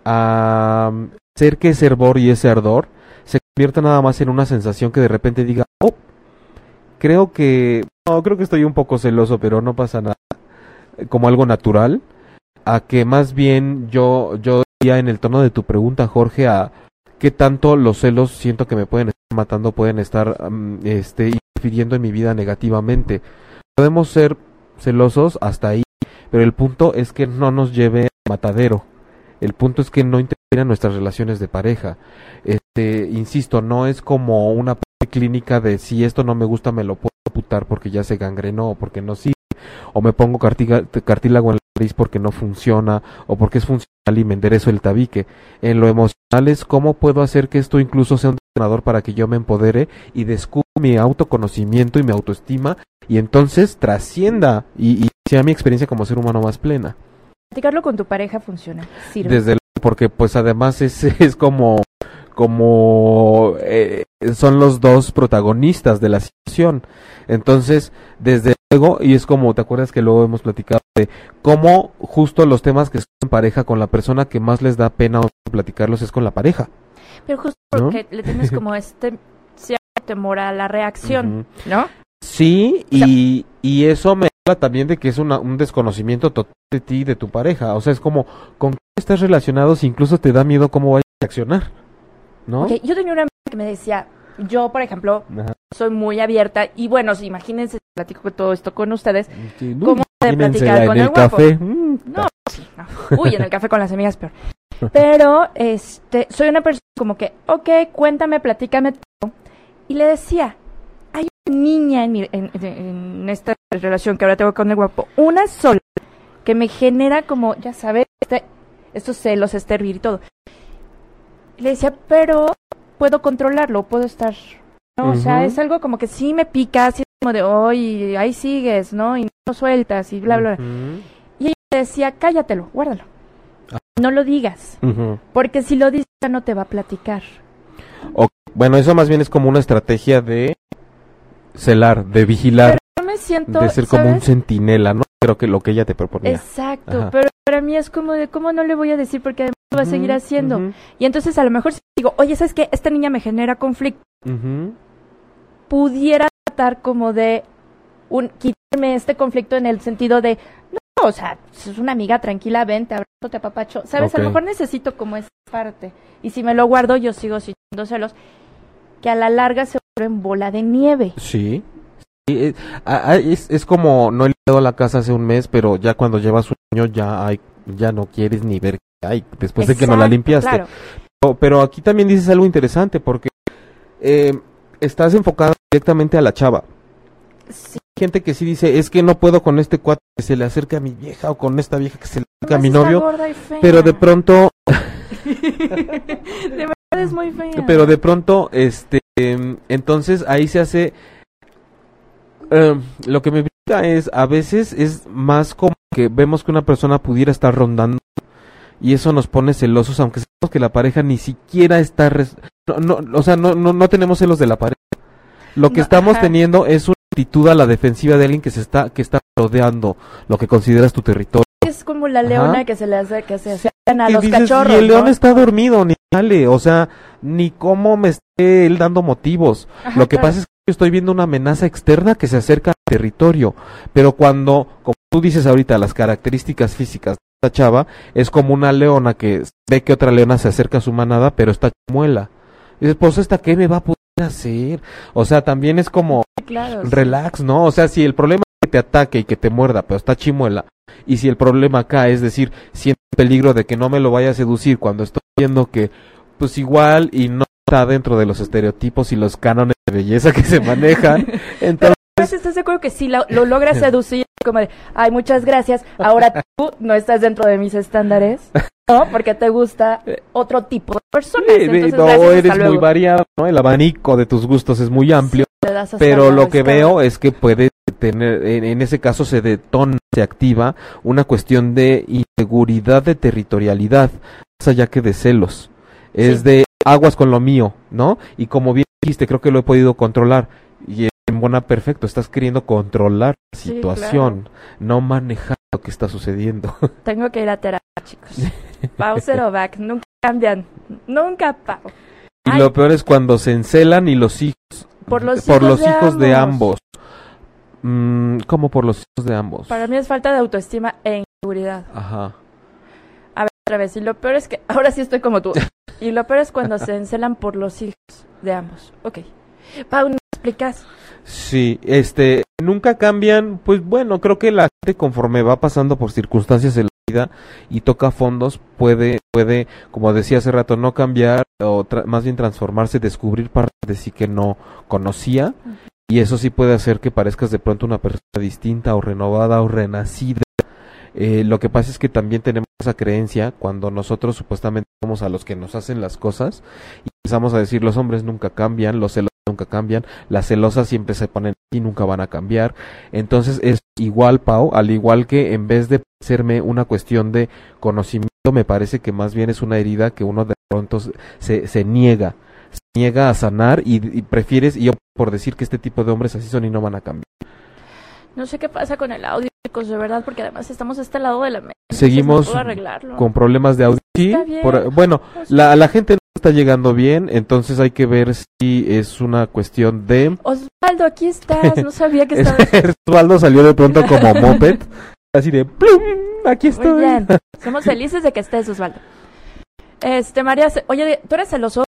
a hacer que ese hervor y ese ardor se convierta nada más en una sensación que de repente diga, oh, creo que, no, creo que estoy un poco celoso, pero no pasa nada, como algo natural, a que más bien yo, yo diría en el tono de tu pregunta, Jorge, a qué tanto los celos siento que me pueden estar matando, pueden estar um, este, interfiriendo en mi vida negativamente. Podemos ser celosos hasta ahí, pero el punto es que no nos lleve al matadero. El punto es que no interfiera en nuestras relaciones de pareja. Este, insisto, no es como una clínica de si esto no me gusta me lo puedo amputar porque ya se gangrenó o porque no sirve, o me pongo cartiga, cartílago en la nariz porque no funciona o porque es funcional y me enderezo el tabique. En lo emocional es cómo puedo hacer que esto incluso sea un detonador para que yo me empodere y descubra mi autoconocimiento y mi autoestima y entonces trascienda y, y sea mi experiencia como ser humano más plena. Platicarlo con tu pareja funciona, sirve. Desde luego, porque pues además es, es como como eh, son los dos protagonistas de la situación. Entonces, desde luego, y es como, ¿te acuerdas que luego hemos platicado de cómo justo los temas que son en pareja con la persona que más les da pena platicarlos es con la pareja? Pero justo porque ¿no? Le tienes como este cierto temor a la reacción, uh-huh. ¿no? Sí, y, y eso me habla también de que es una, un desconocimiento total de ti y de tu pareja. O sea, es como, ¿con qué estás relacionado si incluso te da miedo cómo vaya a reaccionar? ¿No? Okay, yo tenía una amiga que me decía, yo por ejemplo, ajá, soy muy abierta y bueno, si imagínense, platico todo esto con ustedes, sí, no, ¿cómo de platicar con el, el guapo? Café. Mm, no, sí, no. Uy, en el café con las amigas peor. Pero, este, soy una persona como que, ok, cuéntame, platícame todo. Y le decía, hay una niña en, en, en esta relación que ahora tengo con el guapo, una sola, que me genera como, ya sabes, este, estos celos, este hervir y todo. Le decía, pero puedo controlarlo, puedo estar, ¿no? Uh-huh. O sea, es algo como que sí me pica, así como de, oye, ahí sigues, ¿no? Y no lo sueltas y bla, bla, bla. Uh-huh. Y ella decía, cállatelo, guárdalo. Uh-huh. No lo digas, uh-huh, porque si lo dices ya no te va a platicar. Okay. Bueno, eso más bien es como una estrategia de celar, de vigilar, pero yo me siento, de ser ¿sabes? Como un centinela, ¿no? Creo que lo que ella te proponía. Exacto, ajá, pero para mí es como de, ¿cómo no le voy a decir? Porque además lo va a seguir haciendo. Uh-huh. Y entonces a lo mejor si digo, oye, ¿sabes qué? Esta niña me genera conflicto. Uh-huh. Pudiera tratar como de un quitarme este conflicto en el sentido de, no, o sea, es una amiga tranquila, ven, te abrazo, te apapacho. ¿Sabes? Okay. A lo mejor necesito como esa parte. Y si me lo guardo, yo sigo sintiendo celos, que a la larga se vuelve en bola de nieve. Sí. Es, es, es como no he limpiado la casa hace un mes, pero ya cuando llevas un año ya hay, ya no quieres ni ver qué hay después Exacto, de que no la limpiaste. Claro. Pero, pero aquí también dices algo interesante porque eh, estás enfocado directamente a la chava. Sí. Hay gente que sí dice, es que no puedo con este cuate que se le acerca a mi vieja o con esta vieja que se le acerca no, a mi novio, pero de pronto de verdad es muy fea. Pero de pronto este eh, entonces ahí se hace Uh, lo que me brinca es, a veces es más como que vemos que una persona pudiera estar rondando y eso nos pone celosos, aunque sabemos que la pareja ni siquiera está, res- no, no, o sea, no, no, no tenemos celos de la pareja. Lo que no, estamos ajá. teniendo es una actitud a la defensiva de alguien que se está, que está rodeando lo que consideras tu territorio. Es como la leona ajá. que se le hace, que se acercan a los dices, cachorros. Y el león ¿no? está dormido, ni sale, o sea, ni cómo me esté él dando motivos. Ajá, lo que claro. pasa es que yo estoy viendo una amenaza externa que se acerca al territorio, pero cuando, como tú dices ahorita, las características físicas de esta chava, es como una leona que ve que otra leona se acerca a su manada, pero está chimuela. dices, pues esta qué me va a poder hacer. O sea, también es como Claro, relax, sí. ¿no? O sea, si el problema es que te ataque y que te muerda, pero está chimuela, y si el problema acá es decir, siento peligro de que no me lo vaya a seducir cuando estoy viendo que pues igual y no está dentro de los estereotipos y los cánones de belleza que se manejan, entonces Pero ¿estás de acuerdo que si lo, lo logras seducir como de, ay, muchas gracias, ahora tú no estás dentro de mis estándares, ¿no? Porque te gusta otro tipo de personas. Sí, Entonces, no, gracias, eres hasta muy luego. variado, ¿no? El abanico de tus gustos es muy amplio, Sí, le das hasta pero luego, lo que está. veo es que puede tener, en, en ese caso se detona, se activa una cuestión de inseguridad, de territorialidad, más allá que de celos. Es Sí. de aguas con lo mío, ¿no? Y como bien dijiste, creo que lo he podido controlar. Y en buena perfecto, estás queriendo controlar la Sí, situación, no manejar lo que está sucediendo. Tengo que ir a terapia, chicos. Pau Zero Back, nunca cambian, nunca Pau. Y Ay, lo peor es cuando se encelan y los hijos, Por los por hijos los de hijos de ambos. ambos. Mm, ¿Cómo por los hijos de ambos? Para mí es falta de autoestima e inseguridad. Ajá. A ver, otra vez, y lo peor es que, ahora sí estoy como tú, y lo peor es cuando se encelan por los hijos de ambos. Ok. Pau, ¿me explicas? Sí, este, nunca cambian, pues bueno, creo que la gente conforme va pasando por circunstancias en la vida y toca fondos, puede, puede, como decía hace rato, no cambiar o tra- más bien transformarse, descubrir partes de sí que no conocía, y eso sí puede hacer que parezcas de pronto una persona distinta o renovada o renacida. Eh, lo que pasa es que también tenemos esa creencia cuando nosotros supuestamente somos a los que nos hacen las cosas y empezamos a decir los hombres nunca cambian, los celosos nunca cambian, las celosas siempre se ponen y nunca van a cambiar. Entonces es igual, Pau, al igual que en vez de serme una cuestión de conocimiento, me parece que más bien es una herida que uno de pronto se, se niega, se niega a sanar y, y prefieres, y yo por decir que este tipo de hombres así son y no van a cambiar. No sé qué pasa con el audio, chicos, de verdad, porque además estamos a este lado de la mesa. Seguimos No puedo arreglarlo. con problemas de audio. Sí, Está bien. por- bueno, la, la gente no está llegando bien, entonces hay que ver si es una cuestión de... Osvaldo, aquí estás, no sabía que estabas. Osvaldo salió de pronto como moped, así de plum, aquí Muy estoy. bien, somos felices de que estés, Osvaldo. Este, María, Ce- oye, ¿tú eres celoso?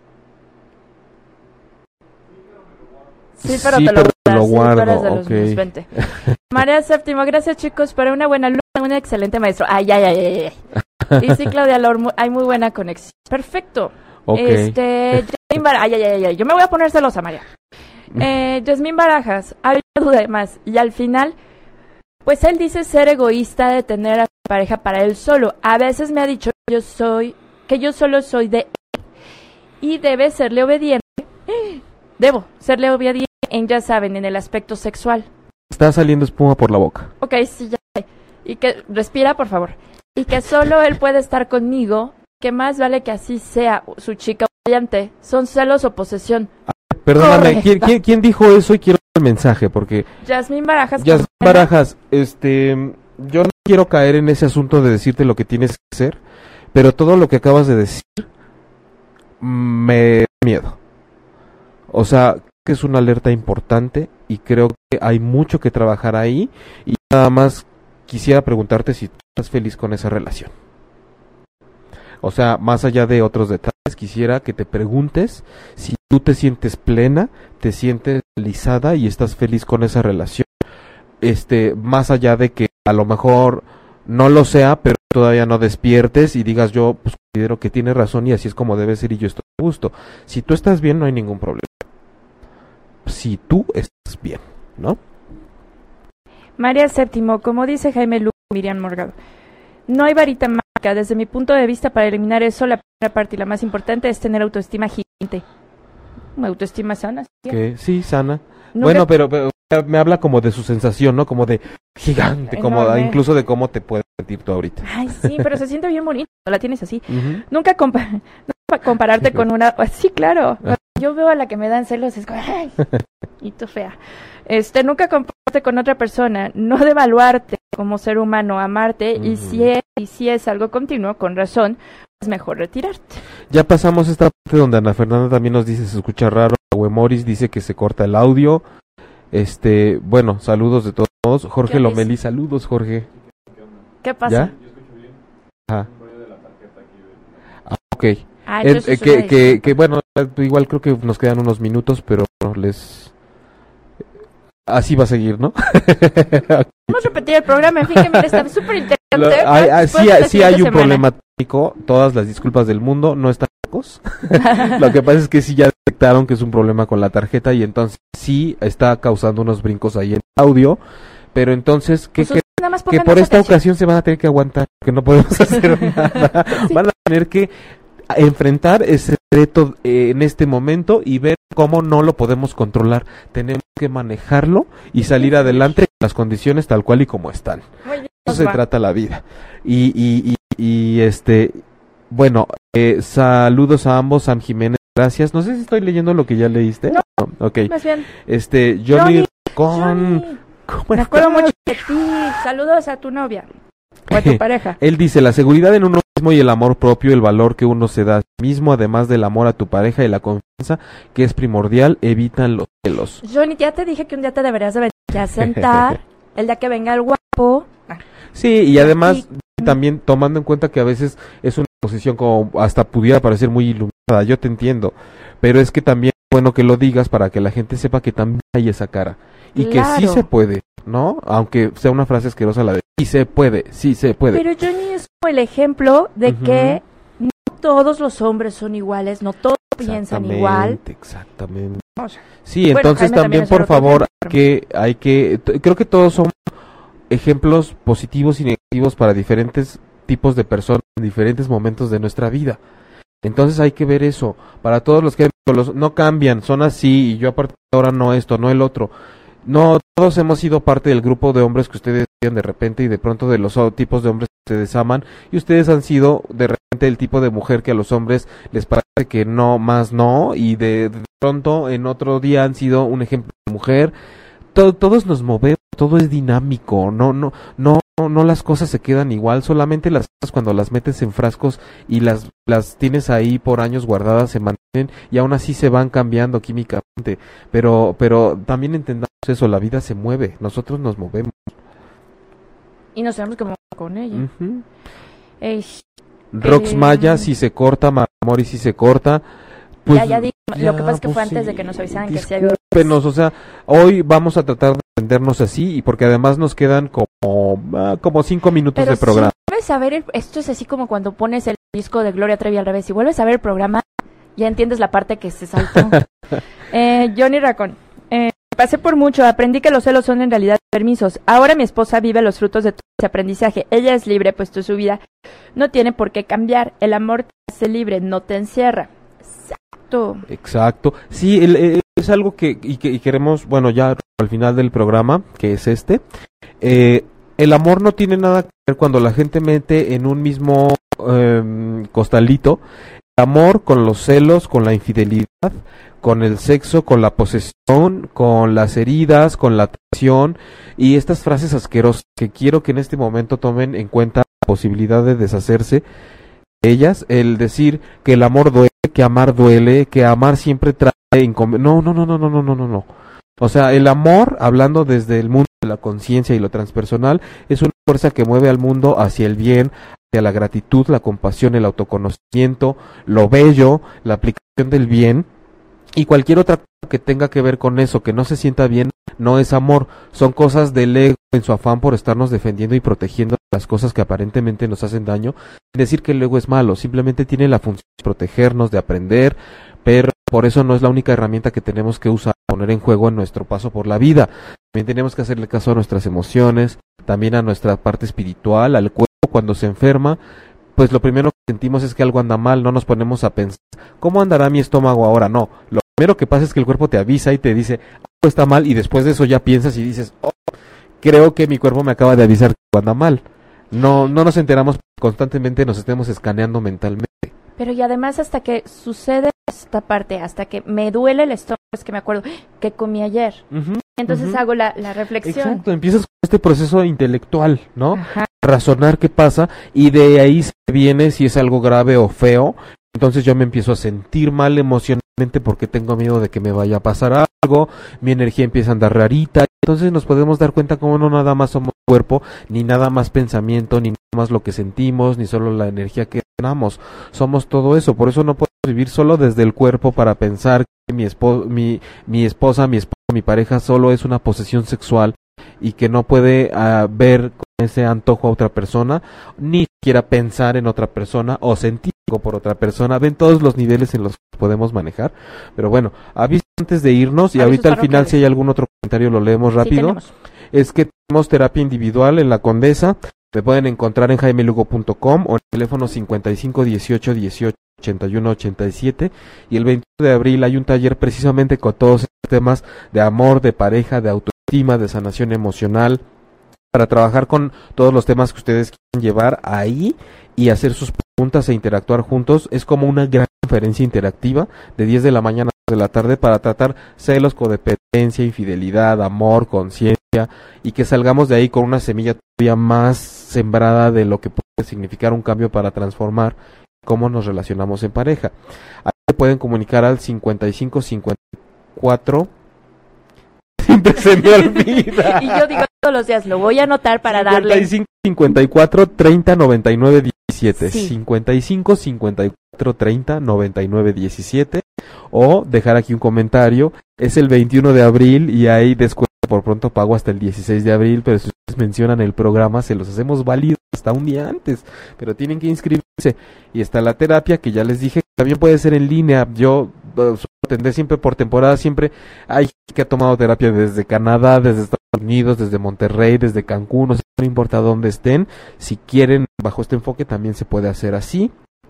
Sí, pero Sí, te lo, pero te lo guardas, sí, tú eres de guardo, los ok. míos, vente. María Séptimo, gracias chicos, para una buena alumna, un excelente maestro. Ay, ay, ay, ay, ay. Y sí, Claudia Lor, mu- hay muy buena conexión. Perfecto. Ok. Este, Jasmine Bar- ay, ay, ay, ay, yo me voy a poner celosa, María. Eh, Jasmine Barajas, hay una duda de más. Y al final, pues él dice ser egoísta de tener a su pareja para él solo. A veces me ha dicho que yo soy, que yo solo soy de él. Y debe serle obediente. Debo serle obediente en, ya saben, en el aspecto sexual. Está saliendo espuma por la boca. Ok, sí, ya sé. Y que, respira, por favor. Y que solo él puede estar conmigo, que más vale que así sea su chica obediente. Son celos o posesión. Perdóname, Correcto. ¿quién, quién, quién dijo eso? Y quiero el mensaje, porque... Jasmine Barajas. Yasmín ¿cómo? Barajas, este... Yo no quiero caer en ese asunto de decirte lo que tienes que hacer, pero todo lo que acabas de decir me da miedo. O sea, que es una alerta importante y creo que hay mucho que trabajar ahí y nada más quisiera preguntarte si tú estás feliz con esa relación. O sea, más allá de otros detalles, quisiera que te preguntes si tú te sientes plena, te sientes realizada y estás feliz con esa relación. Este, más allá de que a lo mejor no lo sea, pero todavía no despiertes y digas yo pues considero que tienes razón y así es como debe ser y yo estoy a gusto. Si tú estás bien, no hay ningún problema. Si tú estás bien, ¿no? María Séptimo, como dice Jaime Lu, Miriam Morgado, no hay varita mágica. Desde mi punto de vista, para eliminar eso, la primera parte y la más importante es tener autoestima gigante. Una autoestima sana. ¿sí? Que sí, sana. Nunca- Bueno, pero, pero me habla como de su sensación, ¿no? Como de gigante, como Enorme. incluso de cómo te puedes sentir tú ahorita. Ay, sí, pero se siente bien bonito. La tienes así. Ujú. Nunca, compa- nunca compararte Sí, con una... Sí, claro. Ah. Yo veo a la que me dan celos, es como... Ay, y tú fea. Este, nunca compararte con otra persona. No devaluarte como ser humano, amarte. Y, Ujú. si es, y si es algo continuo, con razón, es mejor retirarte. Ya pasamos esta parte donde Ana Fernanda también nos dice se escucha raro. Hue Morris dice que se corta el audio. Este, bueno, saludos de todos modos. Jorge ¿Qué Lomelí, saludos, Jorge. ¿Qué pasa? ¿Ya? Ajá. Ah, ok. Ah, El- entonces eh, es que, una que, disculpa. que, bueno, igual creo que nos quedan unos minutos, pero les... Así va a seguir, ¿no? Vamos a repetir el programa, en fin, que mira, está súper interesante. Lo- hay- hay- Después sí, de la sí hay siguiente un semana. problema técnico, todas las disculpas del mundo, no están locos. Lo que pasa es que sí ya detectaron que es un problema con la tarjeta y entonces sí está causando unos brincos ahí en audio, pero entonces, ¿qué Pues, creen? nada más Que pónganos por esta atención. ocasión se van a tener que aguantar, que no podemos hacer nada. Sí. Van a tener que enfrentar ese reto eh, en este momento y ver cómo no lo podemos controlar. Tenemos que manejarlo y salir adelante en las condiciones tal cual y como están. Muy bien, Eso se va. trata la vida. Y, y, y, y este, bueno, eh, saludos a ambos, Sam Jiménez, gracias. No sé si estoy leyendo lo que ya leíste. No. Ok. Más bien, Este, Johnny, Johnny, con... Johnny, ¿Cómo me estás? acuerdo mucho de ti. Saludos a tu novia o a tu pareja. Él dice, la seguridad en uno mismo y el amor propio, el valor que uno se da a sí mismo, además del amor a tu pareja y la confianza, que es primordial, evitan los celos. Johnny, ya te dije que un día te deberías de venir a sentar. El día que venga el guapo. Ah, Sí, y además y- también tomando en cuenta que a veces es una posición como hasta pudiera parecer muy iluminada, yo te entiendo, pero es que también es bueno que lo digas para que la gente sepa que también hay esa cara y que sí Claro. se puede, ¿no? Aunque sea una frase asquerosa la de sí se puede, sí se puede. Pero Johnny es como el ejemplo de Ujú. que no todos los hombres son iguales, no todos piensan igual. Exactamente, exactamente. O sea, Sí, Bueno, entonces Jaime también, también es por otro favor, ejemplo. que hay que, t- creo que todos somos ejemplos positivos y negativos para diferentes tipos de personas en diferentes momentos de nuestra vida. Entonces hay que ver eso. Para todos los que los, no cambian, son así y yo a partir de ahora no esto, no el otro. No, todos hemos sido parte del grupo de hombres que ustedes vean de repente y de pronto de los o- tipos de hombres que ustedes aman y ustedes han sido de repente el tipo de mujer que a los hombres les parece que no, más no y de, de pronto en otro día han sido un ejemplo de mujer. To- todos nos movemos, todo es dinámico, no, no, no, no las cosas se quedan igual, solamente las cosas cuando las metes en frascos y las, las tienes ahí por años guardadas se mantienen y aún así se van cambiando químicamente, pero, pero también entendamos eso, la vida se mueve, nosotros nos movemos. y nos tenemos que mover con ella. Ujú. Ey, Rox Eh, Maya, si se corta, Maramori, si se corta. Pues, ya, ya di- ya, lo que pasa es que pues fue antes sí, de que nos avisaran que sí hay discúlpenos, o sea, hoy vamos a tratar de entendernos así y porque además nos quedan como, ah, como cinco minutos Pero de programa. si vuelves a ver, el- esto es así como cuando pones el disco de Gloria Trevi al revés. Si vuelves a ver el programa, ya entiendes la parte que se saltó. eh, Johnny Racón. Eh, pasé por mucho, aprendí que los celos son en realidad permisos. Ahora mi esposa vive los frutos de todo ese aprendizaje. Ella es libre, puesto su vida no tiene por qué cambiar. El amor te hace libre, no te encierra. Exacto. Exacto. Sí, el- el- es algo que y, que y queremos, bueno, ya al final del programa, que es este, eh, el amor no tiene nada que ver cuando la gente mete en un mismo em, costalito el amor con los celos, con la infidelidad, con el sexo, con la posesión, con las heridas, con la traición y estas frases asquerosas que quiero que en este momento tomen en cuenta la posibilidad de deshacerse de ellas, el decir que el amor duele, que amar duele, que amar siempre trae incom- no, no, no, no, no, no, no, no, no. O sea, el amor, hablando desde el mundo de la conciencia y lo transpersonal, es una fuerza que mueve al mundo hacia el bien, hacia la gratitud, la compasión, el autoconocimiento, lo bello, la aplicación del bien y cualquier otra cosa que tenga que ver con eso, que no se sienta bien, no es amor, son cosas del ego en su afán por estarnos defendiendo y protegiendo las cosas que aparentemente nos hacen daño, sin decir que el ego es malo, simplemente tiene la función de protegernos, de aprender, pero por eso no es la única herramienta que tenemos que usar, poner en juego en nuestro paso por la vida. También tenemos que hacerle caso a nuestras emociones, también a nuestra parte espiritual, al cuerpo cuando se enferma, pues lo primero que sentimos es que algo anda mal, no nos ponemos a pensar, ¿cómo andará mi estómago ahora? No, lo primero que pasa es que el cuerpo te avisa y te dice, algo está mal, y después de eso ya piensas y dices, oh, creo que mi cuerpo me acaba de avisar que algo anda mal. No, no nos enteramos, constantemente nos estemos escaneando mentalmente. Pero y además hasta que sucede esta parte, hasta que me duele el estómago, es que me acuerdo que comí ayer. Ujú, Entonces ujú. hago la, la reflexión. Exacto, empiezas con este proceso intelectual, ¿no? Ajá. Razonar qué pasa y de ahí se viene si es algo grave o feo, entonces yo me empiezo a sentir mal emocionalmente porque tengo miedo de que me vaya a pasar algo, mi energía empieza a andar rarita, entonces nos podemos dar cuenta como no nada más somos cuerpo, ni nada más pensamiento, ni nada más lo que sentimos, ni solo la energía que tenemos, somos todo eso, por eso no podemos vivir solo desde el cuerpo para pensar que mi, espo- mi, mi esposa, mi esposa, mi pareja solo es una posesión sexual y que no puede uh, ver con ese antojo a otra persona, ni siquiera pensar en otra persona o sentir algo por otra persona. Ven todos los niveles en los que podemos manejar. Pero bueno, aviso antes de irnos y Avisos ahorita al final parroquiales. si hay algún otro comentario lo leemos Sí, rápido. tenemos. Es que tenemos terapia individual en la Condesa. Me pueden encontrar en jaime lugo punto com o en el teléfono cincuenta y cinco dieciocho dieciocho ochenta y uno ochenta y siete, y el veintiuno de abril hay un taller precisamente con todos estos temas de amor, de pareja, de autoestima, de sanación emocional, para trabajar con todos los temas que ustedes quieran llevar ahí y hacer sus preguntas e interactuar juntos. Es como una gran conferencia interactiva de diez de la mañana a dos de la tarde para tratar celos, codependencia, infidelidad, amor, conciencia, y que salgamos de ahí con una semilla todavía más sembrada de lo que puede significar un cambio para transformar cómo nos relacionamos en pareja. Ahí se pueden comunicar al cincuenta y cinco cincuenta y cuatro. Siempre se me olvida. Y yo digo todos los días, lo voy a anotar para darle. cincuenta y cinco cincuenta y cuatro treinta noventa y nueve diecisiete. Sí. cincuenta y cinco cincuenta y cuatro treinta noventa y nueve diecisiete. O dejar aquí un comentario. Es el veintiuno de abril y hay descuento por pronto pago hasta el dieciséis de abril, pero si ustedes mencionan el programa se los hacemos válidos hasta un día antes, pero tienen que inscribirse. Y está la terapia que ya les dije, también puede ser en línea. Yo uh, atendé siempre por temporada, siempre hay gente que ha tomado terapia desde Canadá, desde Estados Unidos, desde Monterrey, desde Cancún, o sea, no importa dónde estén, si quieren bajo este enfoque también se puede hacer así.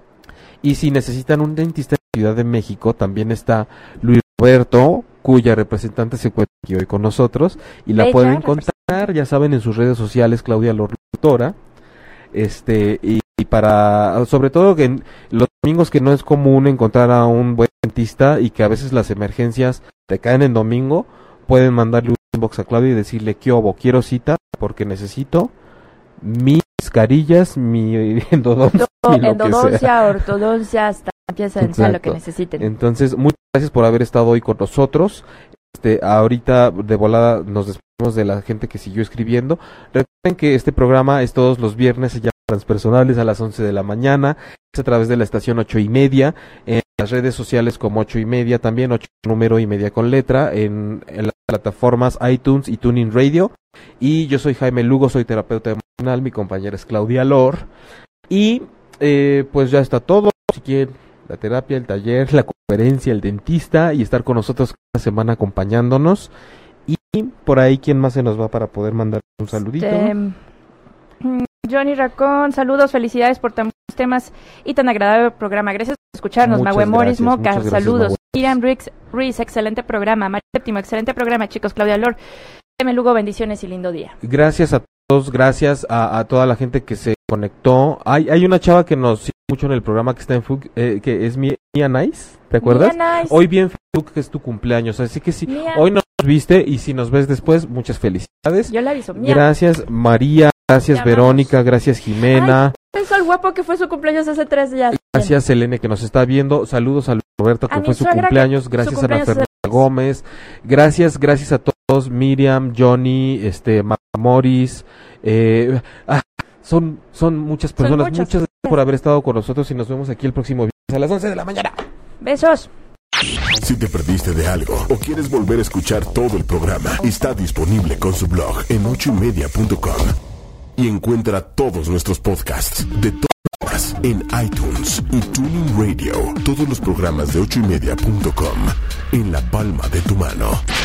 Y si necesitan un dentista en Ciudad de México, también está Luis Roberto, cuya representante se encuentra aquí hoy con nosotros, y la Bella pueden encontrar, ya saben, en sus redes sociales, Claudia Locutora, este, y, y para, sobre todo que en los domingos que no es común encontrar a un buen dentista y que a veces las emergencias te caen en domingo, pueden mandarle un inbox a Claudia y decirle, ¿qué obo? Quiero cita porque necesito mis carillas, mi endodoncia, Todo, y lo que sea. endodoncia, ortodoncia, hasta empieza a lo que necesiten. Entonces, muchas gracias por haber estado hoy con nosotros. Este, ahorita de volada nos despedimos de la gente que siguió escribiendo. Recuerden que este programa es todos los viernes, se llama Transpersonales a las once de la mañana, es a través de la estación ocho y media, en las redes sociales como ocho y media también, ocho número y media con letra, en, en las plataformas iTunes y Tuning Radio. Y yo soy Jaime Lugo, soy terapeuta emocional, mi compañera es Claudia Lor. Y eh, pues ya está todo. Si quieren la terapia, el taller, la conferencia, el dentista y estar con nosotros cada semana acompañándonos. Y por ahí, ¿quién más se nos va para poder mandar un saludito? Este, Johnny Racón, saludos, felicidades por tan buenos temas y tan agradable programa. Gracias por escucharnos. Muchas Mahue Morris gracias, Moca, muchas gracias, saludos. Mahue. Miriam Ruiz, Ruiz, excelente programa. María Séptimo, excelente programa, chicos. Claudia Lor, Jaime Lugo, bendiciones y lindo día. Gracias a todos, gracias a, a toda la gente que se conectó. Hay hay una chava que nos sigue mucho en el programa que está en Facebook, eh, que es Mia Nice, ¿te acuerdas? Mia Nice. Hoy vi en Facebook que es tu cumpleaños, así que si Mia. hoy nos viste y si nos ves después, muchas felicidades. Yo la aviso. Mia. Gracias María, gracias Te Verónica, amamos. Gracias Jimena, Eso al guapo que fue su cumpleaños hace tres días. gracias Selene que nos está viendo, saludos a Luis Roberto que A mi fue su suegra que cumpleaños, su gracias cumpleaños a Ana Fernanda Gómez, gracias, gracias a todos, Miriam, Johnny, este, Ma- Morris, eh, ah, son, son muchas personas, muchas. muchas gracias por haber estado con nosotros y nos vemos aquí el próximo viernes a las once de la mañana. Besos. Si te perdiste de algo o quieres volver a escuchar todo el programa, está disponible con su blog en ocho y media punto com. Y encuentra todos nuestros podcasts de todas en iTunes y Tuning Radio. Todos los programas de ocho y media punto com en la palma de tu mano.